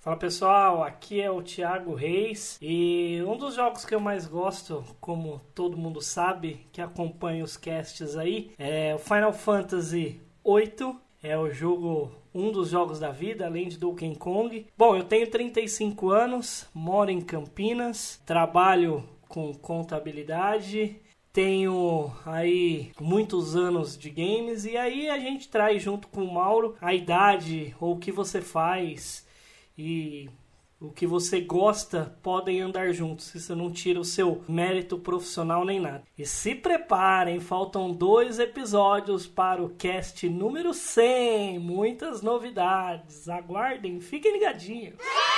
Fala pessoal, aqui é o Thiago Reis e um dos jogos que eu mais gosto, como todo mundo sabe, que acompanha os casts aí, é o Final Fantasy VIII, é o jogo, um dos jogos da vida, além de Donkey Kong. Bom, eu tenho 35 anos, moro em Campinas, trabalho com contabilidade, tenho aí muitos anos de games e aí a gente traz junto com o Mauro a idade ou o que você faz e o que você gosta podem andar juntos. Isso não tira o seu mérito profissional nem nada. E se preparem, faltam 2 episódios para o cast número 100. Muitas novidades. Aguardem, fiquem ligadinhos.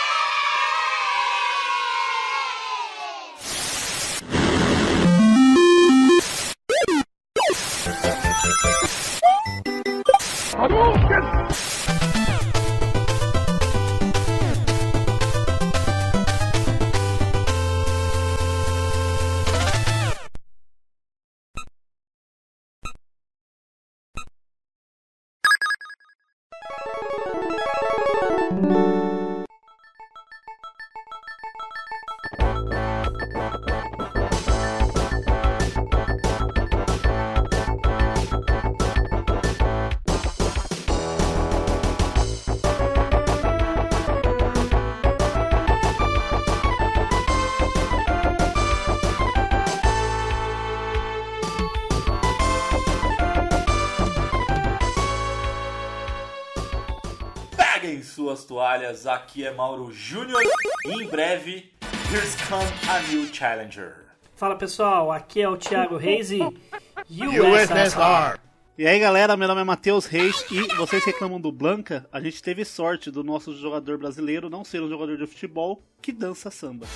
Suas toalhas, aqui é Mauro Júnior e em breve here's come a new challenger. Fala pessoal, aqui é o Thiago Reis e USSR. E aí galera, meu nome é Matheus Reis e vocês reclamam do Blanca? A gente teve sorte do nosso jogador brasileiro não ser um jogador de futebol que dança samba.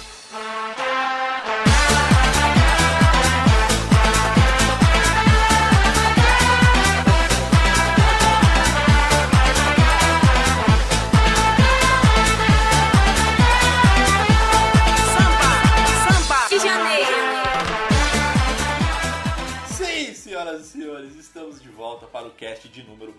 Senhoras e senhores, estamos de volta para o cast de número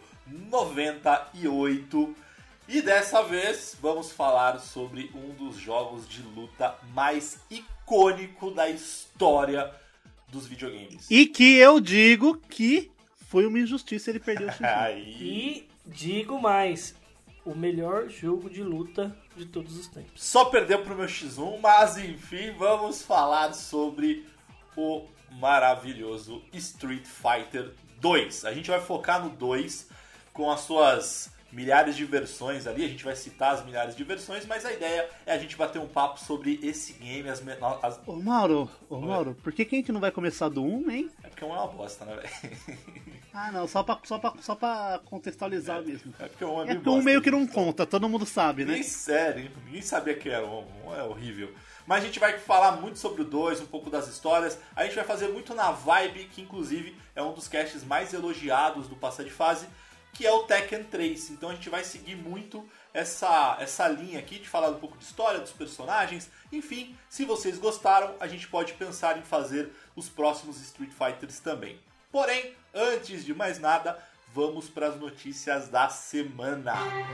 98 e dessa vez vamos falar sobre um dos jogos de luta mais icônico da história dos videogames. E que eu digo que foi uma injustiça ele perder o X1. E digo mais, o melhor jogo de luta de todos os tempos. Só perdeu pro meu X1, mas enfim, vamos falar sobre o maravilhoso Street Fighter 2. A gente vai focar no 2 com as suas milhares de versões ali, a gente vai citar as milhares de versões, mas a ideia é a gente bater um papo sobre esse game. Ô Mauro, por que a gente não vai começar do 1, hein? É porque 1 é uma bosta, né, velho? Ah, não, só pra contextualizar mesmo. É porque 1 é porque 1 meio que não conta, todo mundo sabe, né? Sério, ninguém sabia que era 1 é horrível. Mas a gente vai falar muito sobre o 2, um pouco das histórias. A gente vai fazer muito na vibe, que inclusive é um dos casts mais elogiados do Passa de Fase, que é o Tekken 3. Então a gente vai seguir muito essa linha aqui de falar um pouco de história, dos personagens. Enfim, se vocês gostaram, a gente pode pensar em fazer os próximos Street Fighters também. Porém, antes de mais nada, vamos para as notícias da semana.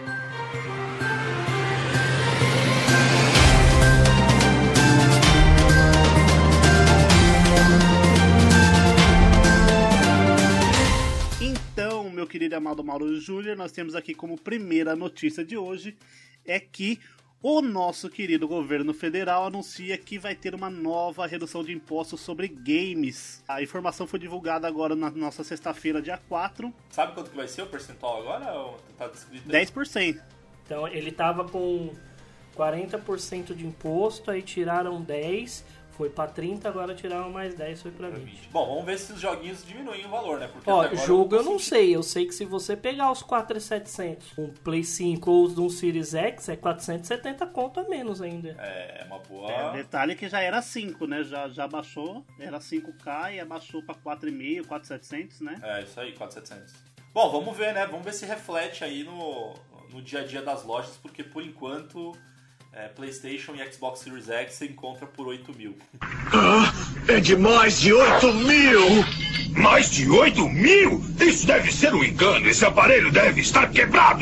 Então, meu querido e amado Mauro Júnior, nós temos aqui como primeira notícia de hoje é que o nosso querido governo federal anuncia que vai ter uma nova redução de impostos sobre games. A informação foi divulgada agora na nossa sexta-feira, dia 4. Sabe quanto que vai ser o percentual agora? Ou tá descrito aí? 10%. Então, ele tava com 40% de imposto, aí tiraram 10%. Foi pra 30, agora tiraram mais 10, foi pra 20. Bom, vamos ver se os joguinhos diminuem o valor, né? Porque ó, jogo eu não sei. Eu sei que se você pegar os 4.700, um Play 5 ou um Series X, é 470 conto a menos ainda. É, uma boa... detalhe que já era 5, né? Já baixou, era 5K e abaixou pra 4.500, 4.700, né? É, isso aí, 4.700. Bom, vamos ver, né? Vamos ver se reflete aí no dia a dia das lojas, porque por enquanto... PlayStation e Xbox Series X você encontra por 8 mil. É de mais de 8 mil! Mais de 8 mil? Isso deve ser um engano. Esse aparelho deve estar quebrado.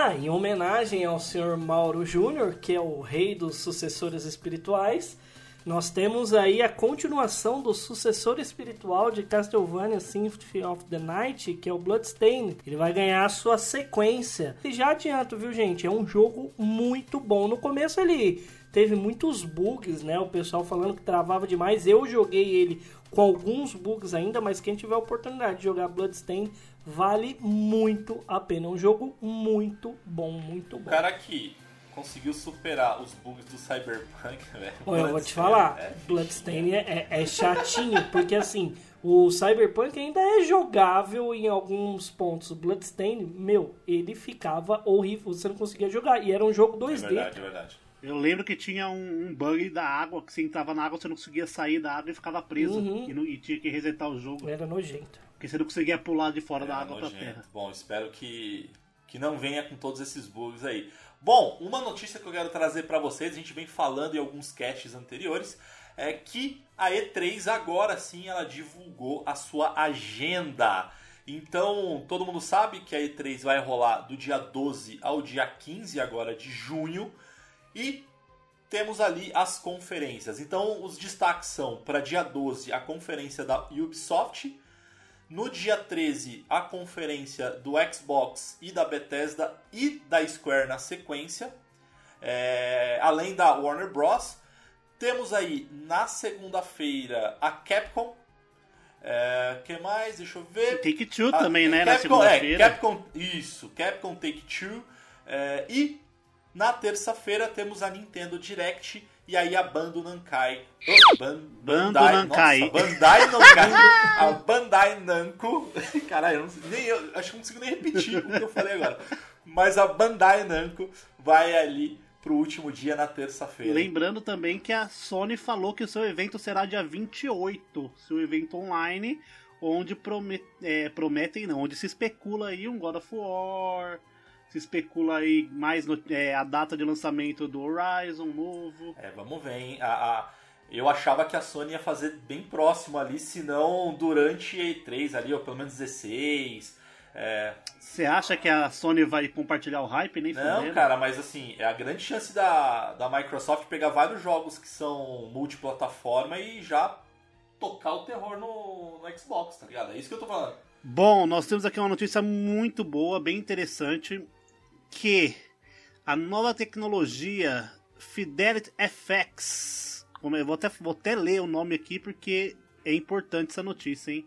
em homenagem ao Sr. Mauro Júnior, que é o rei dos sucessores espirituais, nós temos aí a continuação do sucessor espiritual de Castlevania Symphony of the Night, que é o Bloodstained. Ele vai ganhar a sua sequência. E já adianto, viu, gente? É um jogo muito bom. No começo ele teve muitos bugs, né? O pessoal falando que travava demais. Eu joguei ele com alguns bugs ainda, mas quem tiver a oportunidade de jogar Bloodstained, vale muito a pena. É um jogo muito bom, muito bom. O cara que conseguiu superar os bugs do Cyberpunk, velho. Eu vou te falar, Bloodstained é chatinho, porque assim, o Cyberpunk ainda é jogável em alguns pontos. O Bloodstained, ele ficava horrível, você não conseguia jogar. E era um jogo 2D. É verdade. Eu lembro que tinha um bug da água, que você entrava na água, você não conseguia sair da água e ficava preso. E tinha que resetar o jogo. Era nojento. Porque você não conseguia pular de fora da água nojento. pra terra. Bom, espero que não venha com todos esses bugs aí. Bom, uma notícia que eu quero trazer pra vocês, a gente vem falando em alguns casts anteriores, é que a E3 agora sim ela divulgou a sua agenda. Então, todo mundo sabe que a E3 vai rolar do dia 12 ao dia 15 agora de junho. E temos ali as conferências. Então, os destaques são para dia 12 a conferência da Ubisoft. No dia 13, a conferência do Xbox e da Bethesda e da Square na sequência. Além da Warner Bros. Temos aí na segunda-feira a Capcom. Que mais? Deixa eu ver. Take-Two também, né? Capcom, na segunda-feira. Capcom Take-Two. E na terça-feira temos a Nintendo Direct e aí a Bandai Namco. A Bandai Namco. Caralho, acho que não consigo nem repetir o que eu falei agora. Mas a Bandai Namco vai ali pro último dia na terça-feira. Lembrando também que a Sony falou que o seu evento será dia 28, seu evento online, onde onde se especula aí um God of War. Se especula aí mais a data de lançamento do Horizon novo. Vamos ver, hein? Eu achava que a Sony ia fazer bem próximo ali, se não durante a E3 ali, ou pelo menos 16. Você acha que a Sony vai compartilhar o hype? Nem Não, fudendo. cara, mas assim, é a grande chance da Microsoft pegar vários jogos que são multiplataforma e já tocar o terror no Xbox, tá ligado? É isso que eu tô falando. Bom, nós temos aqui uma notícia muito boa, bem interessante, que a nova tecnologia Fidelity FX, eu vou até ler o nome aqui porque é importante essa notícia, hein?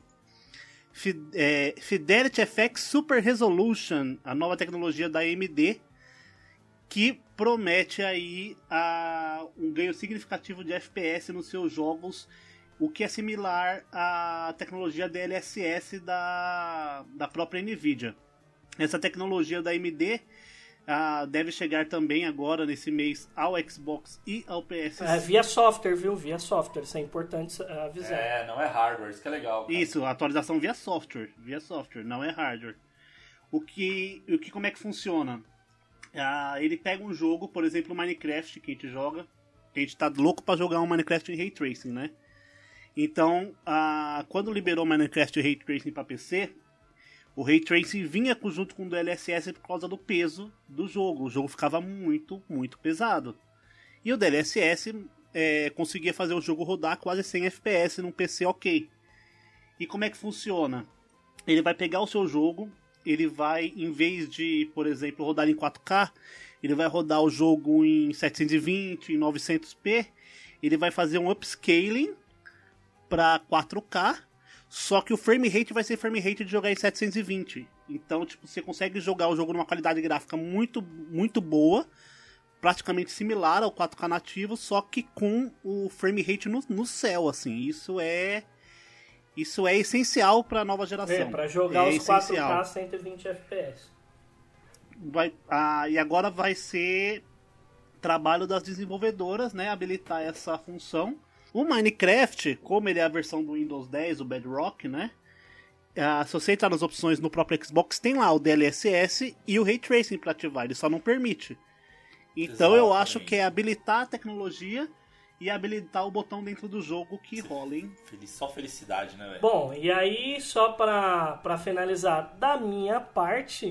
Fidelity FX Super Resolution, a nova tecnologia da AMD, que promete aí um ganho significativo de FPS nos seus jogos, o que é similar à tecnologia DLSS da própria NVIDIA. Essa tecnologia da AMD deve chegar também agora, nesse mês, ao Xbox e ao PS5. Via software, viu? Via software, isso é importante avisar. Não é hardware, isso que é legal. Cara. Isso, a atualização via software, não é hardware. Como é que funciona? Ele pega um jogo, por exemplo, o Minecraft, que a gente joga, que a gente tá louco pra jogar um Minecraft em Ray Tracing, né? Então, quando liberou o Minecraft Ray Tracing para PC, o Ray Tracing vinha junto com o DLSS por causa do peso do jogo. O jogo ficava muito, muito pesado. E o DLSS conseguia fazer o jogo rodar quase 100 FPS num PC ok. E como é que funciona? Ele vai pegar o seu jogo, ele vai, em vez de, por exemplo, rodar em 4K, ele vai rodar o jogo em 720, em 900p, ele vai fazer um upscaling para 4K, só que o frame rate vai ser frame rate de jogar em 720. Então, você consegue jogar o jogo numa qualidade gráfica muito, muito boa, praticamente similar ao 4K nativo, só que com o frame rate no céu, assim. Isso é essencial para a nova geração. Para jogar os essencial. 4K 120 FPS. E agora vai ser trabalho das desenvolvedoras, né, habilitar essa função. O Minecraft, como ele é a versão do Windows 10, o Bedrock, né? Se você entrar nas opções no próprio Xbox, tem lá o DLSS e o Ray Tracing para ativar, ele só não permite. Então eu acho que é habilitar a tecnologia e habilitar o botão dentro do jogo que rola, hein? Só felicidade, né, velho? Bom, e aí, só para finalizar, da minha parte,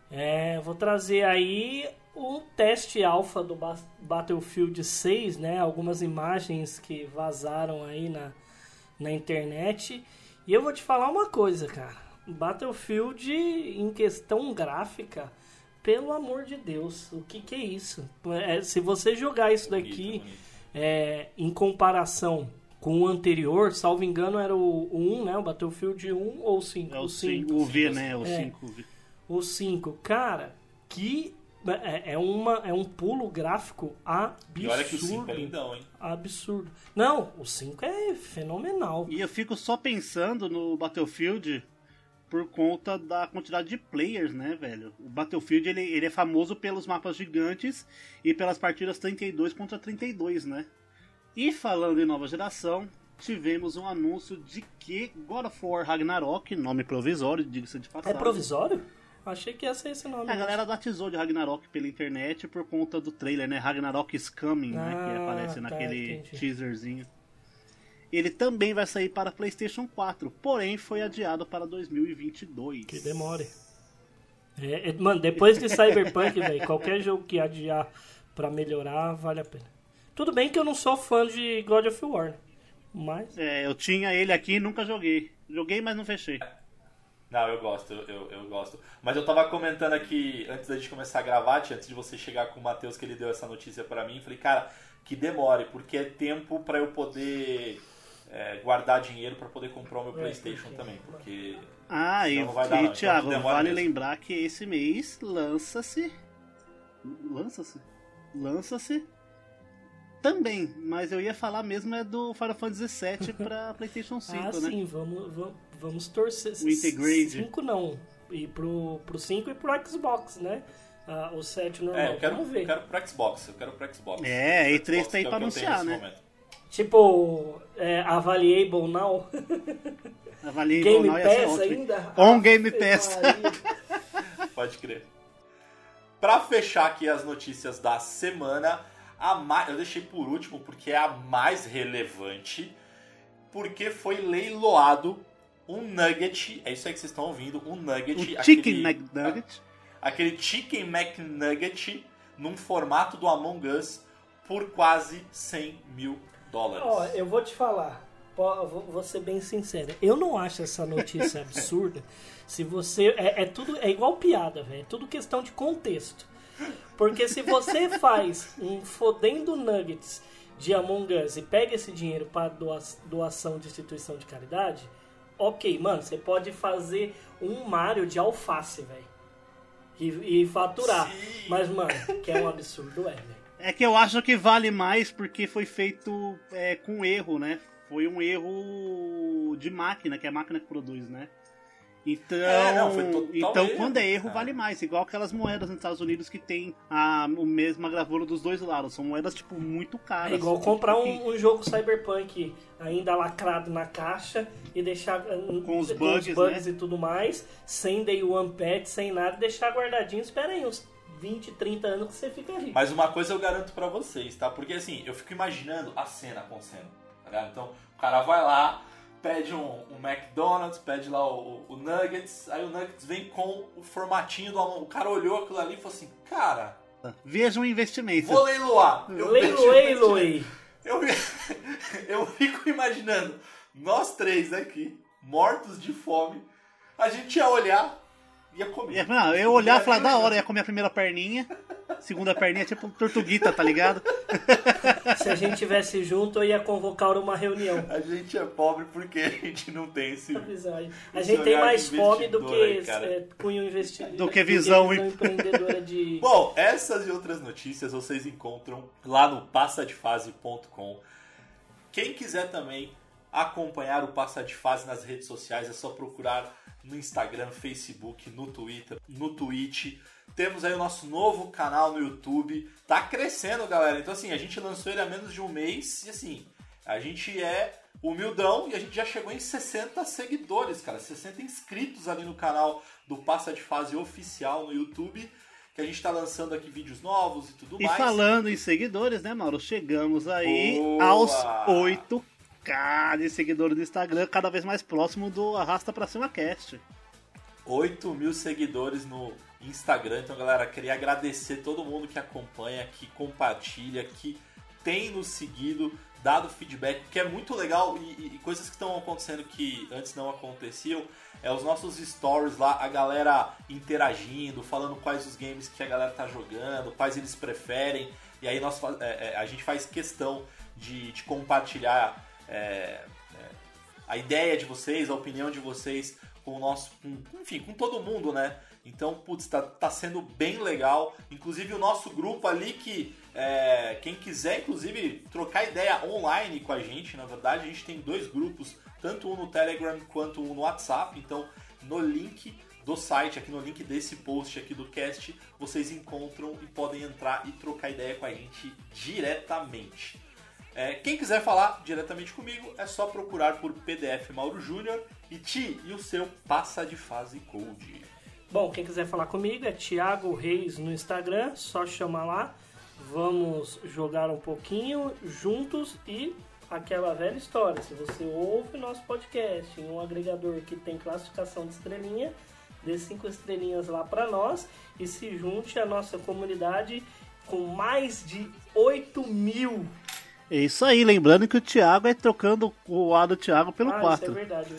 Vou trazer aí um teste alfa do Battlefield 6, né? Algumas imagens que vazaram aí na internet. E eu vou te falar uma coisa, cara. Battlefield, em questão gráfica, pelo amor de Deus, o que é isso? Se você jogar isso daqui em comparação com o anterior, salvo engano era o 1, né? O Battlefield 1 ou o 5? É o 5. O V, né? O 5. O 5, cara, que é um pulo gráfico absurdo. E olha que o 5 é lindão, hein? Absurdo. Não, o 5 é fenomenal. E eu fico só pensando no Battlefield por conta da quantidade de players, né, velho? O Battlefield, ele é famoso pelos mapas gigantes e pelas partidas 32 contra 32, né? E falando em nova geração, tivemos um anúncio de que God of War Ragnarok, nome provisório, diga-se de passagem. É provisório? Achei que ia ser esse nome. A galera batizou de Ragnarok pela internet por conta do trailer, né? Ragnarok is Coming, né? Que aparece naquele teaserzinho. Ele também vai sair para PlayStation 4, porém foi adiado para 2022. Que demore. Mano, depois de Cyberpunk, velho, qualquer jogo que adiar pra melhorar, vale a pena. Tudo bem que eu não sou fã de God of War, né? Mas... eu tinha ele aqui e nunca joguei. Joguei, mas não fechei. Não, eu gosto, eu gosto. Mas eu tava comentando aqui, antes da gente começar a gravar, antes de você chegar com o Matheus, que ele deu essa notícia pra mim, falei, cara, que demore, porque é tempo pra eu poder guardar dinheiro pra poder comprar o meu PlayStation também, porque... E não vai dar, não. Thiago, Então, vale mesmo. lembrar que esse mês lança-se também, mas eu ia falar mesmo do Final Fantasy VII pra PlayStation 5, né? sim, vamos torcer. O Integrate. 5 não, e pro 5 e pro Xbox, né? O 7 normal, vamos ver. Eu quero pro Xbox, a E3 tá aí pra anunciar, né? Momento. Tipo, Available Now. Available Game Now ia ser Pass ótimo. ainda? On Game Pass. Pode crer. Pra fechar aqui as notícias da semana, eu deixei por último porque é a mais relevante, porque foi leiloado um nugget, é isso aí que vocês estão ouvindo, um nugget. O Chicken McNugget. Aquele Chicken McNugget num formato do Among Us por quase $100 mil. Eu vou te falar, vou ser bem sincero, eu não acho essa notícia absurda. Se você é igual piada, velho, é tudo questão de contexto. Porque se você faz um fodendo nuggets de Among Us e pega esse dinheiro para doação de instituição de caridade, ok, mano, você pode fazer um Mario de alface, velho, e faturar. Sim. Mas, mano, que é um absurdo, velho. É que eu acho que vale mais porque foi feito com erro, né? Foi um erro de máquina, que é a máquina que produz, né? Então, foi total erro, quando é erro, cara. vale mais. Igual aquelas moedas nos Estados Unidos que tem a mesma gravura dos dois lados. São moedas, tipo, muito caras. É igual comprar um jogo Cyberpunk ainda lacrado na caixa e deixar com os bugs, né? E tudo mais, sem day one patch, sem nada, deixar guardadinho. Espera aí uns 20, 30 anos que você fica rico. Mas uma coisa eu garanto pra vocês, tá? Porque assim, eu fico imaginando a cena acontecendo, tá ligado? Então, o cara vai lá, pede um McDonald's, pede lá o Nuggets, aí o Nuggets vem com o formatinho do Among. O cara olhou aquilo ali e falou assim, cara... Veja um investimento. Vou leiloar. Leiloei. Eu fico imaginando, nós três aqui, mortos de fome, a gente ia olhar... ia comer. Não, eu olhar e falar, da hora, ia comer a primeira perninha, segunda perninha, tipo tortuguita, tá ligado? Se a gente tivesse junto, eu ia convocar uma reunião. A gente é pobre porque a gente não tem esse... A gente tem mais fome do que cunho investidor. Do que visão empreendedora de... Bom, essas e outras notícias vocês encontram lá no passadefase.com. Quem quiser também acompanhar o Passa de Fase nas redes sociais, é só procurar no Instagram, Facebook, no Twitter, no Twitch. Temos aí o nosso novo canal no YouTube. Tá crescendo, galera. Então, assim, a gente lançou ele há menos de um mês. E, assim, a gente é humildão e a gente já chegou em 60 seguidores, cara. 60 inscritos ali no canal do Passa de Fase Oficial no YouTube. Que a gente tá lançando aqui vídeos novos e tudo mais. E falando em seguidores, né, Mauro? Chegamos aí aos 8K de seguidores do Instagram, cada vez mais próximo do Arrasta Pra Cima Cast. 8 mil seguidores no Instagram. Então, galera, queria agradecer todo mundo que acompanha, que compartilha, que tem nos seguido, dado feedback, que é muito legal e coisas que estão acontecendo que antes não aconteciam. Os nossos stories lá, a galera interagindo, falando quais os games que a galera tá jogando, quais eles preferem. E aí a gente faz questão de compartilhar a ideia de vocês, a opinião de vocês com todo mundo, né? Então, putz, tá sendo bem legal. Inclusive o nosso grupo ali que quem quiser, inclusive, trocar ideia online com a gente, na verdade, a gente tem 2 grupos, tanto um no Telegram quanto um no WhatsApp. Então, no link do site, aqui no link desse post aqui do cast, vocês encontram e podem entrar e trocar ideia com a gente diretamente. Quem quiser falar diretamente comigo, é só procurar por PDF Mauro Júnior e o seu Passa de Fase Code. Bom, quem quiser falar comigo é Thiago Reis no Instagram, só chamar lá. Vamos jogar um pouquinho juntos e aquela velha história. Se você ouve nosso podcast em um agregador que tem classificação de estrelinha, dê 5 estrelinhas lá para nós e se junte à nossa comunidade com mais de 8.000. É isso aí, lembrando que o Thiago é trocando o A do Thiago pelo 4. Isso é verdade.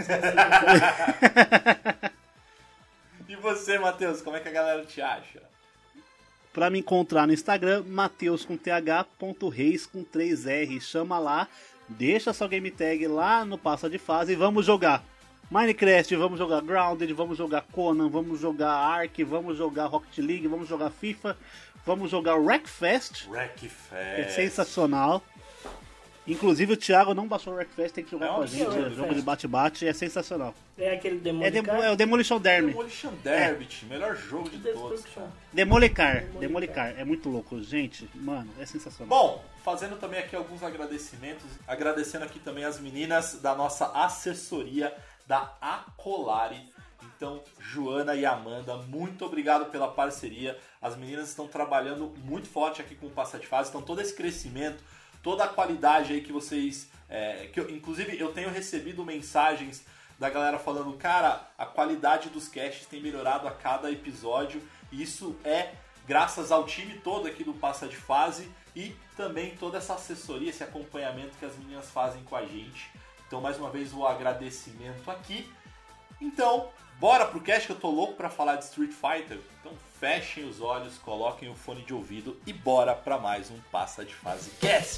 E você, Matheus, como é que a galera te acha? Pra me encontrar no Instagram, Mateus com th.reis com 3R. Chama lá, deixa sua game tag lá no Passa de Fase e vamos jogar Minecraft, vamos jogar Grounded, vamos jogar Conan, vamos jogar Ark, vamos jogar Rocket League, vamos jogar FIFA, vamos jogar Wreckfest. É sensacional. Inclusive o Thiago não baixou o Wreckfest, tem que jogar com a gente. É jogo de bate-bate, é sensacional. É aquele Demolicar? É o Demolition Derby. Demolition Derby, melhor jogo de todos. Demolicar, é muito louco, gente. Mano, é sensacional. Bom, fazendo também aqui alguns agradecimentos. Agradecendo aqui também as meninas da nossa assessoria da Acolari. Então, Joana e Amanda, muito obrigado pela parceria. As meninas estão trabalhando muito forte aqui com o Passa de Fase. Então, todo esse crescimento, toda a qualidade aí que vocês... inclusive, eu tenho recebido mensagens da galera falando, cara, a qualidade dos casts tem melhorado a cada episódio. E isso é graças ao time todo aqui do Passa de Fase e também toda essa assessoria, esse acompanhamento que as meninas fazem com a gente. Então, mais uma vez, o agradecimento aqui. Então, bora pro cast que eu tô louco pra falar de Street Fighter. Então, fechem os olhos, coloquem o fone de ouvido e bora pra mais um Passa de Fase Cast.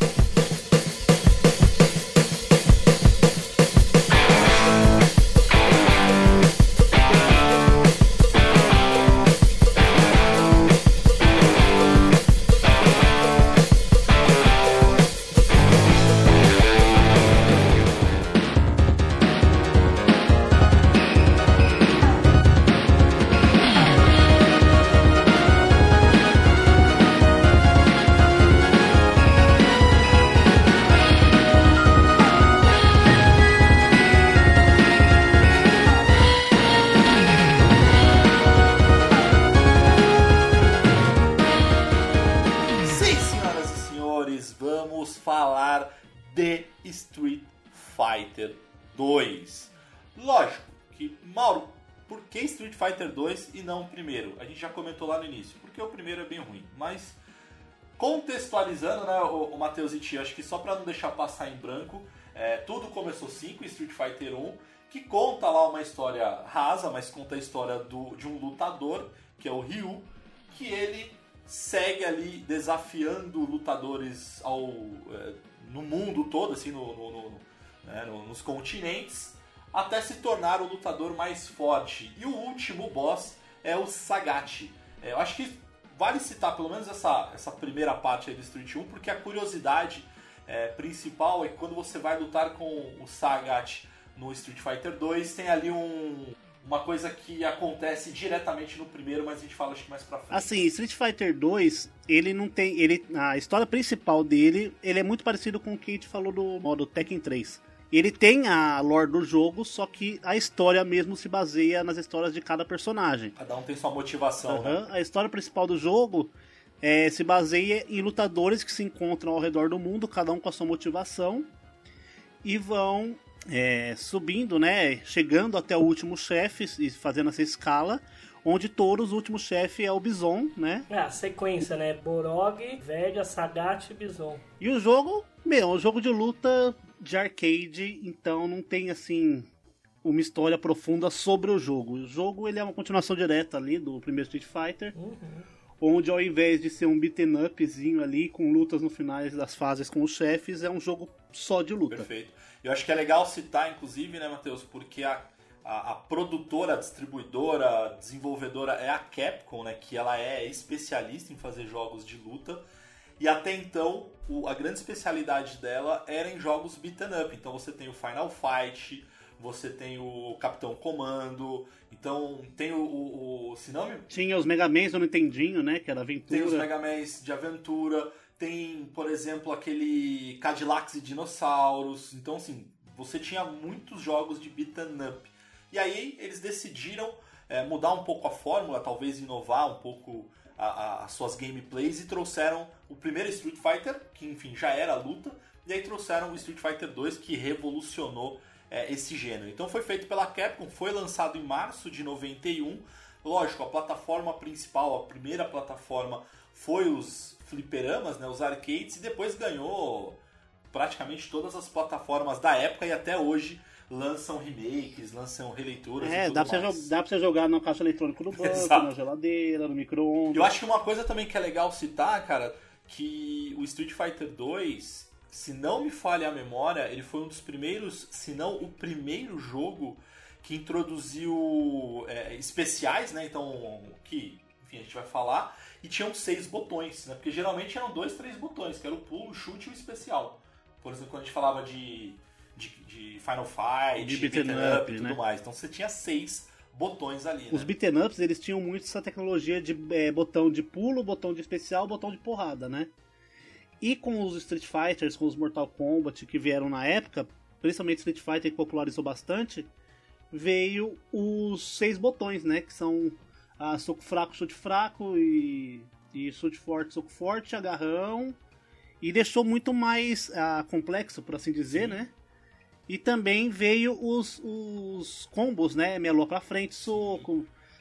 Street Fighter 2. Lógico que, Mauro, por que Street Fighter 2 e não o primeiro? A gente já comentou lá no início, porque o primeiro é bem ruim. Mas, contextualizando, né, o Matheus e Tia, acho que só para não deixar passar em branco, tudo começou sim com Street Fighter 1, que conta lá uma história rasa, mas conta a história de um lutador, que é o Ryu, que ele segue ali desafiando lutadores no mundo todo, assim, nos continentes, até se tornar o lutador mais forte. E o último boss é o Sagat. Eu acho que vale citar pelo menos essa primeira parte aí do Street 1, porque a curiosidade principal é que quando você vai lutar com o Sagat no Street Fighter 2, tem ali uma coisa que acontece diretamente no primeiro, mas a gente fala acho que mais pra frente. Assim, Street Fighter 2, ele não tem... a história principal dele, ele é muito parecido com o que a gente falou do modo Tekken 3. Ele tem a lore do jogo, só que a história mesmo se baseia nas histórias de cada personagem. Cada um tem sua motivação, né? A história principal do jogo se baseia em lutadores que se encontram ao redor do mundo, cada um com a sua motivação, e vão... subindo, né, chegando até o último chefe e fazendo essa escala, onde Tauros, o último chefe, é o Bison, né? É, a sequência, né? Borog, Vega, Sagat e Bison. E o jogo, é um jogo de luta de arcade, então não tem, assim, uma história profunda sobre o jogo. O jogo, ele é uma continuação direta ali do primeiro Street Fighter, onde ao invés de ser um beaten upzinho ali, com lutas no final das fases com os chefes, é um jogo só de luta. Perfeito. Eu acho que é legal citar, inclusive, né, Matheus, porque a produtora, a distribuidora, a desenvolvedora é a Capcom, né, que ela é especialista em fazer jogos de luta. E até então, a grande especialidade dela era em jogos beaten up. Então você tem o Final Fight, você tem o Capitão Comando, então tem se não me... Tinha os Mega Mans do Nintendinho, né, que era aventura. Tem os Mega Mans de aventura, tem, por exemplo, aquele Cadillacs e Dinossauros. Então, assim, você tinha muitos jogos de beaten up. E aí eles decidiram mudar um pouco a fórmula, talvez inovar um pouco as suas gameplays, e trouxeram o primeiro Street Fighter, que enfim já era luta, e aí trouxeram o Street Fighter 2, que revolucionou esse gênero. Então foi feito pela Capcom, foi lançado em março de 91. Lógico, a plataforma principal, a primeira plataforma, foi os fliperamas, né, os arcades, e depois ganhou praticamente todas as plataformas da época, e até hoje lançam remakes, lançam releituras e tudo dá mais. Dá pra você jogar no caixa eletrônico do banco, Exato. na geladeira, no micro-ondas. Eu acho que uma coisa também que é legal citar, cara, que o Street Fighter 2, se não me falha a memória, ele foi um dos primeiros, se não o primeiro jogo que introduziu especiais, né? Então, que, enfim, a gente vai falar, e tinham 6 botões, né? Porque geralmente eram 2, 3 botões, que era o pulo, o chute e o especial. Por exemplo, quando a gente falava de Final Fight, de beaten up e tudo né? mais. Então você tinha 6 botões ali, Os né? beaten ups, eles tinham muito essa tecnologia de botão de pulo, botão de especial, botão de porrada, né? E com os Street Fighters, com os Mortal Kombat que vieram na época, principalmente Street Fighter, que popularizou bastante, veio os 6 botões, né? Que são soco fraco e chute forte, soco forte, agarrão. E deixou muito mais complexo, por assim dizer, Sim. né? E também veio os combos, né? Meia lua pra frente, soco,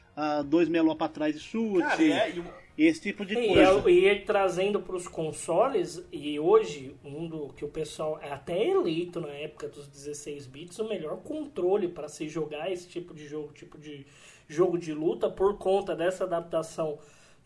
2 meia lua pra trás e chute. Cara, esse tipo de E coisa. ir trazendo para os consoles, e hoje, que o pessoal é até eleito na época dos 16 bits, o melhor controle para se jogar esse tipo de jogo de luta, por conta dessa adaptação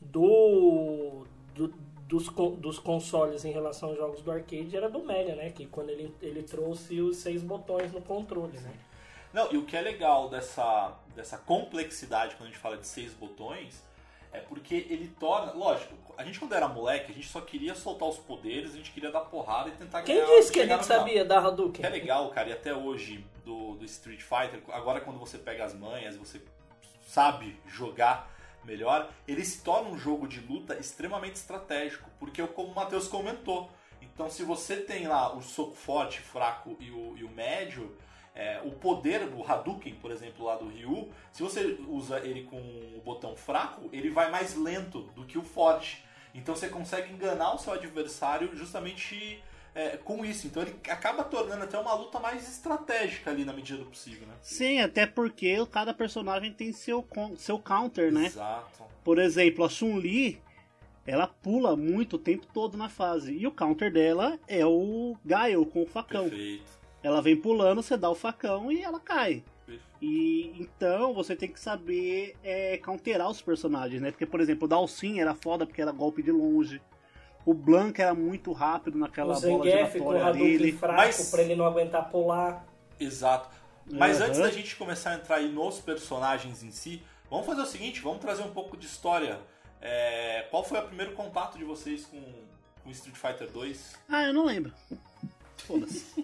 dos consoles em relação aos jogos do arcade, era do Mega, né? Que quando ele trouxe os 6 botões no controle, né? Não, e o que é legal dessa complexidade quando a gente fala de 6 botões é porque ele torna... Lógico, a gente quando era moleque, a gente só queria soltar os poderes, a gente queria dar porrada e tentar ganhar. Quem disse que a chegar gente no final. sabia da Hadouken? O que é legal, cara, e até hoje do Street Fighter, agora quando você pega as manhas, você sabe jogar melhor, ele se torna um jogo de luta extremamente estratégico, porque como o Matheus comentou, então se você tem lá o soco forte, fraco e o médio, o poder do Hadouken, por exemplo, lá do Ryu, se você usa ele com o botão fraco, ele vai mais lento do que o forte, então você consegue enganar o seu adversário justamente com isso, então ele acaba tornando até uma luta mais estratégica ali na medida do possível, né? Sim, até porque cada personagem tem seu counter, né? Exato. Por exemplo, a Chun-Li, ela pula muito o tempo todo na fase. E o counter dela é o Gaio com o facão. Perfeito. Ela vem pulando, você dá o facão e ela cai. Perfeito. E então você tem que saber counterar os personagens, né? Porque, por exemplo, o Dalsin era foda porque era golpe de longe. O Blanca era muito rápido naquela O bola Zangief com o giratória Hadouken dele. fraco pra ele não aguentar pular. Exato. Mas Uhum. antes da gente começar a entrar aí nos personagens em si, vamos fazer o seguinte, vamos trazer um pouco de história. Qual foi o primeiro contato de vocês com Street Fighter 2? Eu não lembro. Foda-se.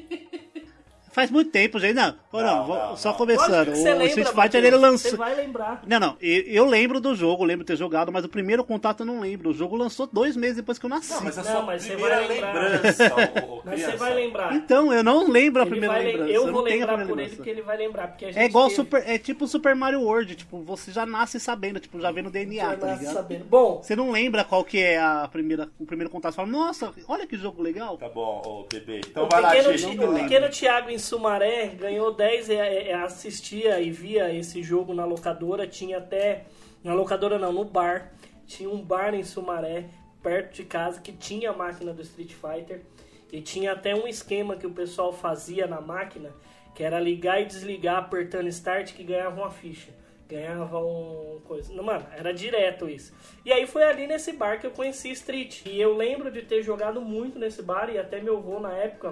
Faz muito tempo, gente. Só começando. Lógico que você O lembra, Street Fighter Matheus, ele lançou. Você vai lembrar. Não, eu lembro do jogo, lembro de ter jogado, mas o primeiro contato eu não lembro. O jogo lançou 2 meses depois que eu nasci. Não, mas a Não, sua mas você primeira vai lembrar. lembrança, Mas criança. você vai lembrar. Então, eu não lembro a Ele primeira vai lembrança. Eu não vou tenho a lembrar primeira por ele lembrança. porque ele vai lembrar. Porque a gente É igual teve- é tipo Super Mario World, tipo, você já nasce sabendo, tipo, já vê no DNA, tá ligado? sabendo. Bom, Você não lembra qual que é o primeiro contato, você fala, nossa, olha que jogo legal. Tá bom, bebê. Então o vai lá, pequeno, Gigi. não me lembro. pequeno Thiago em Sumaré, ganhou 10, assistia e via esse jogo na locadora, tinha até, na locadora não, no bar, tinha um bar em Sumaré, perto de casa, que tinha a máquina do Street Fighter, e tinha até um esquema que o pessoal fazia na máquina, que era ligar e desligar apertando Start, que ganhava uma ficha. Ganhava um coisa. Não, mano, era direto isso. E aí foi ali nesse bar que eu conheci Street. E eu lembro de ter jogado muito nesse bar, e até meu avô na época,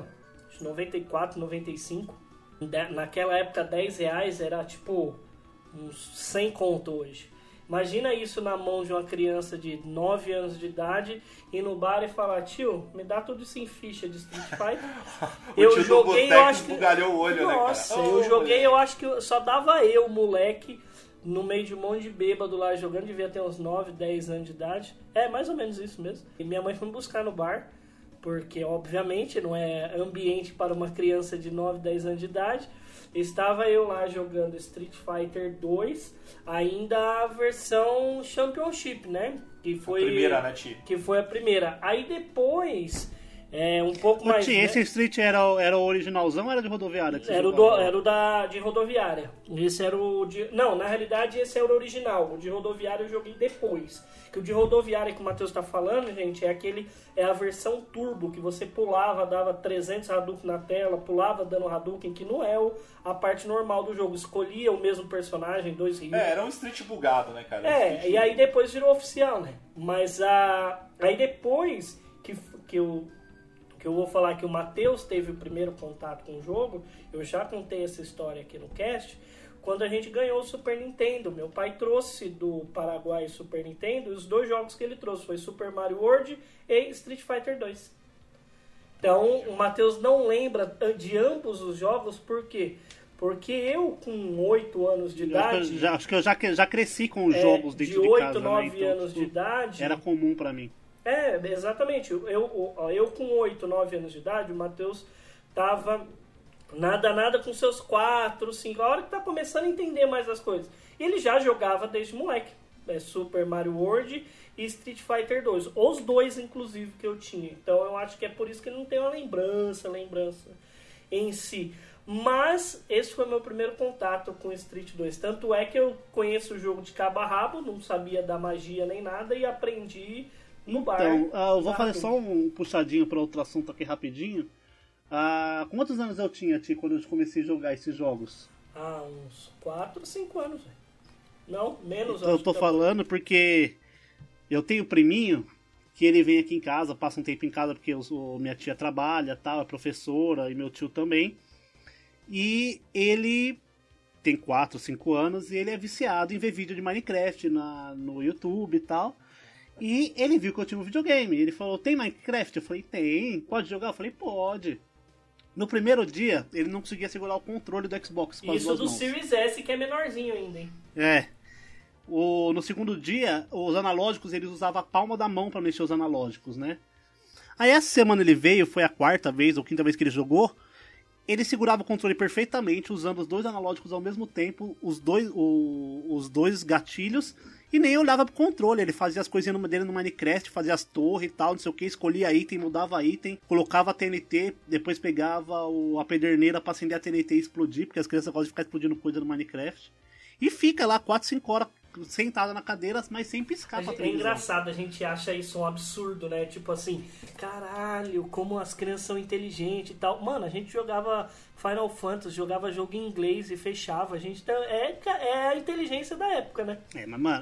94, 95, naquela época 10 reais era tipo uns 100 conto hoje. Imagina isso na mão de uma criança de 9 anos de idade, ir no bar e falar: tio, me dá tudo isso em ficha de Street Fighter. Eu joguei, eu acho que bugalhou o olho, nossa, né, cara? eu joguei, eu acho que só dava eu, moleque, no meio de um monte de bêbado lá jogando, devia ter uns 9, 10 anos de idade. É, mais ou menos isso mesmo. E minha mãe foi me buscar no bar, porque obviamente não é ambiente para uma criança de 9, 10 anos de idade. Estava eu lá jogando Street Fighter 2, ainda a versão Championship, né? Que foi a primeira, né, Ti? Que foi a primeira. Aí depois, um pouco mais... Ti, esse Street era o originalzão ou era de rodoviária? Era o de rodoviária. Esse era o de... Não, na realidade esse era o original. O de rodoviária eu joguei depois. Que o de rodoviária que o Matheus tá falando, gente, é a versão turbo, que você pulava, dava 300 Hadouken na tela, pulava dando Hadouken, que não é a parte normal do jogo. Escolhia o mesmo personagem, 2 rios. Era um Street bugado, né, cara? E aí depois virou oficial, né? Mas aí depois que eu vou falar que o Matheus teve o primeiro contato com o jogo, eu já contei essa história aqui no cast, quando a gente ganhou o Super Nintendo. Meu pai trouxe do Paraguai o Super Nintendo, e os 2 jogos que ele trouxe foi Super Mario World e Street Fighter 2. Então, o Matheus não lembra de ambos os jogos, por quê? Porque eu, com 8 anos de idade... Acho que eu já cresci com os jogos dentro de casa. De 8, 9 anos de idade... Era comum pra mim. Exatamente. Eu com 8, 9 anos de idade, o Matheus tava nada com seus 4, 5, a hora que tá começando a entender mais as coisas. E ele já jogava desde moleque. Super Mario World e Street Fighter 2. Os 2, inclusive, que eu tinha. Então eu acho que é por isso que ele não tem uma lembrança em si. Mas esse foi meu primeiro contato com Street 2. Tanto é que eu conheço o jogo de cabo a rabo, não sabia da magia nem nada, e aprendi no bar. Então, eu vou fazer só um puxadinho para outro assunto aqui rapidinho. Quantos anos eu tinha, Ti, quando eu comecei a jogar esses jogos? Uns 4, 5 anos. Não, menos. Eu tô falando porque eu tenho um priminho que ele vem aqui em casa, passa um tempo em casa porque minha tia trabalha, tal, é professora, e meu tio também. E ele tem 4, 5 anos e ele é viciado em ver vídeo de Minecraft no YouTube e tal. E ele viu que eu tinha um videogame. Ele falou: tem Minecraft? Eu falei: tem. Pode jogar? Eu falei: pode. No primeiro dia, ele não conseguia segurar o controle do Xbox com as duas mãos. Isso do Series S, que é menorzinho ainda, hein? No segundo dia, os analógicos, eles usavam a palma da mão pra mexer os analógicos, né? Aí essa semana ele veio, foi a 4ª vez ou 5ª vez que ele jogou. Ele segurava o controle perfeitamente, usando os 2 analógicos ao mesmo tempo, os dois gatilhos, e nem olhava pro controle. Ele fazia as coisinhas dele no Minecraft, fazia as torres e tal, não sei o que, escolhia item, mudava item, colocava a TNT, depois pegava a pederneira pra acender a TNT e explodir, porque as crianças gostam de ficar explodindo coisa no Minecraft. E fica lá 4, 5 horas sentada na cadeira, mas sem piscar pra televisão. É engraçado, a gente acha isso um absurdo, né? Tipo assim, caralho, como as crianças são inteligentes e tal. Mano, a gente jogava Final Fantasy, jogava jogo em inglês e fechava. A gente é a inteligência da época, né? Mas, mano,